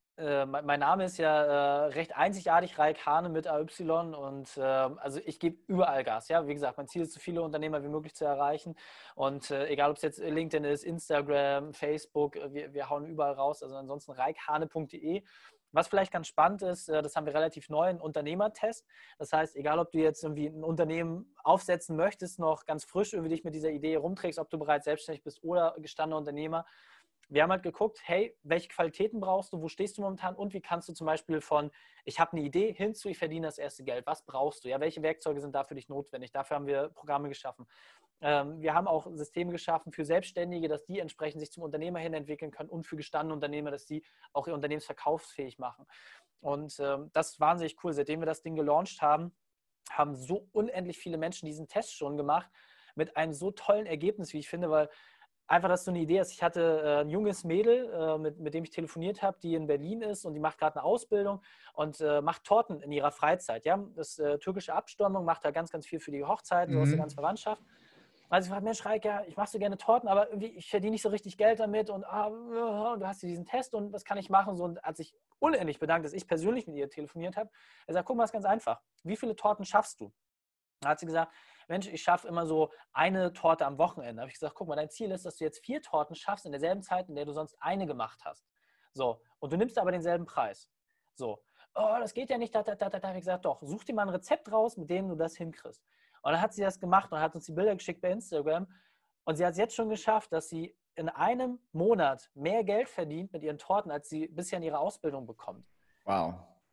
Mein Name ist ja recht einzigartig, Raik Hane mit AY und also ich gebe überall Gas. Ja? Wie gesagt, mein Ziel ist, so viele Unternehmer wie möglich zu erreichen und egal, ob es jetzt LinkedIn ist, Instagram, Facebook, wir hauen überall raus. Also ansonsten reikhane.de. Was vielleicht ganz spannend ist, das haben wir relativ neu, einen Unternehmertest. Das heißt, egal, ob du jetzt irgendwie ein Unternehmen aufsetzen möchtest, noch ganz frisch irgendwie dich mit dieser Idee rumträgst, ob du bereits selbstständig bist oder gestandener Unternehmer, wir haben halt geguckt, hey, welche Qualitäten brauchst du, wo stehst du momentan und wie kannst du zum Beispiel von, ich habe eine Idee, hin zu, ich verdiene das erste Geld. Was brauchst du? Ja, welche Werkzeuge sind da für dich notwendig? Dafür haben wir Programme geschaffen. Wir haben auch Systeme geschaffen für Selbstständige, dass die entsprechend sich zum Unternehmer hin entwickeln können und für gestandene Unternehmer, dass die auch ihr Unternehmen verkaufsfähig machen. Und das ist wahnsinnig cool. Seitdem wir das Ding gelauncht haben, haben so unendlich viele Menschen diesen Test schon gemacht mit einem so tollen Ergebnis, wie ich finde, weil einfach, dass du eine Idee hast. Ich hatte ein junges Mädel, mit dem ich telefoniert habe, die in Berlin ist und die macht gerade eine Ausbildung und macht Torten in ihrer Freizeit. Ja? Das ist türkische Abstammung, macht da ganz, ganz viel für die Hochzeiten, so aus der ganzen Verwandtschaft. Also ich frage, Mensch, Raik, ja, ich mache so gerne Torten, aber irgendwie, ich verdiene nicht so richtig Geld damit und du hast hier diesen Test und was kann ich machen? So, und hat sich unendlich bedankt, dass ich persönlich mit ihr telefoniert habe. Er sagt, guck mal, das ist ganz einfach. Wie viele Torten schaffst du? Da hat sie gesagt, Mensch, ich schaffe immer so eine Torte am Wochenende. Da habe ich gesagt, guck mal, dein Ziel ist, dass du jetzt 4 Torten schaffst in derselben Zeit, in der du sonst eine gemacht hast. So, und du nimmst aber denselben Preis. So, oh, das geht ja nicht. Da habe ich gesagt, doch, such dir mal ein Rezept raus, mit dem du das hinkriegst. Und dann hat sie das gemacht und hat uns die Bilder geschickt bei Instagram. Und sie hat es jetzt schon geschafft, dass sie in einem Monat mehr Geld verdient mit ihren Torten, als sie bisher in ihrer Ausbildung bekommt. Wow.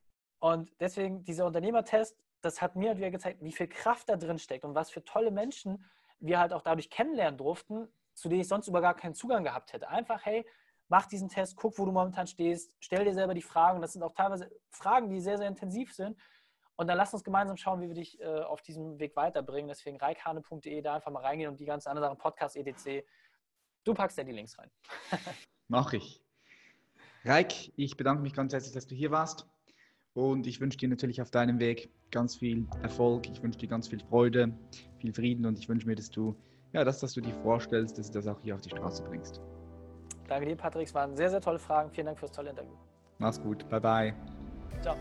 Und deswegen dieser Unternehmertest, das hat mir halt wieder gezeigt, wie viel Kraft da drin steckt und was für tolle Menschen wir halt auch dadurch kennenlernen durften, zu denen ich sonst über gar keinen Zugang gehabt hätte. Einfach, hey, mach diesen Test, guck, wo du momentan stehst, stell dir selber die Fragen. Das sind auch teilweise Fragen, die sehr, sehr intensiv sind. Und dann lass uns gemeinsam schauen, wie wir dich auf diesem Weg weiterbringen. Deswegen reikhane.de, da einfach mal reingehen und die ganzen anderen Podcasts, etc. Du packst ja die Links rein. Mach ich. Raik, ich bedanke mich ganz herzlich, dass du hier warst. Und ich wünsche dir natürlich auf deinem Weg ganz viel Erfolg. Ich wünsche dir ganz viel Freude, viel Frieden und ich wünsche mir, dass du dir vorstellst, dass du das auch hier auf die Straße bringst. Danke dir, Patrick. Es waren sehr, sehr tolle Fragen. Vielen Dank fürs tolle Interview. Mach's gut. Bye, bye. Ciao.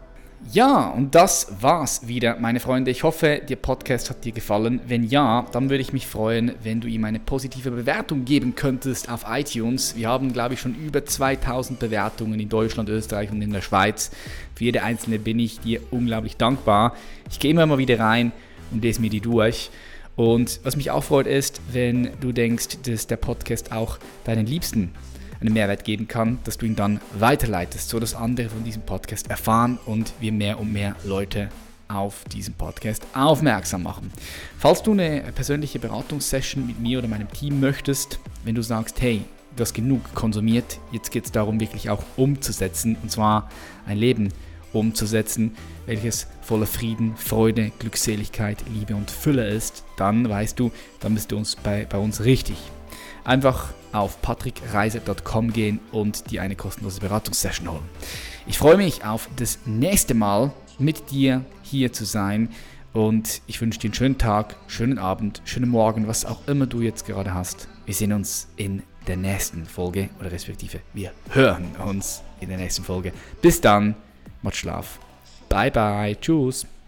Ja, und das war's wieder, meine Freunde. Ich hoffe, der Podcast hat dir gefallen. Wenn ja, dann würde ich mich freuen, wenn du ihm eine positive Bewertung geben könntest auf iTunes. Wir haben, glaube ich, schon über 2000 Bewertungen in Deutschland, Österreich und in der Schweiz. Für jede einzelne bin ich dir unglaublich dankbar. Ich gehe immer mal wieder rein und lese mir die durch. Und was mich auch freut ist, wenn du denkst, dass der Podcast auch deinen Liebsten einen Mehrwert geben kann, dass du ihn dann weiterleitest, sodass andere von diesem Podcast erfahren und wir mehr und mehr Leute auf diesen Podcast aufmerksam machen. Falls du eine persönliche Beratungssession mit mir oder meinem Team möchtest, wenn du sagst, hey, du hast genug konsumiert, jetzt geht es darum, wirklich auch umzusetzen, und zwar ein Leben umzusetzen, welches voller Frieden, Freude, Glückseligkeit, Liebe und Fülle ist, dann weißt du, dann bist du bei uns richtig. Einfach auf patrickreiser.com gehen und dir eine kostenlose Beratungssession holen. Ich freue mich auf das nächste Mal mit dir hier zu sein und ich wünsche dir einen schönen Tag, schönen Abend, schönen Morgen, was auch immer du jetzt gerade hast. Wir sehen uns in der nächsten Folge oder respektive wir hören uns in der nächsten Folge. Bis dann, macht Schlaf. Bye bye, tschüss.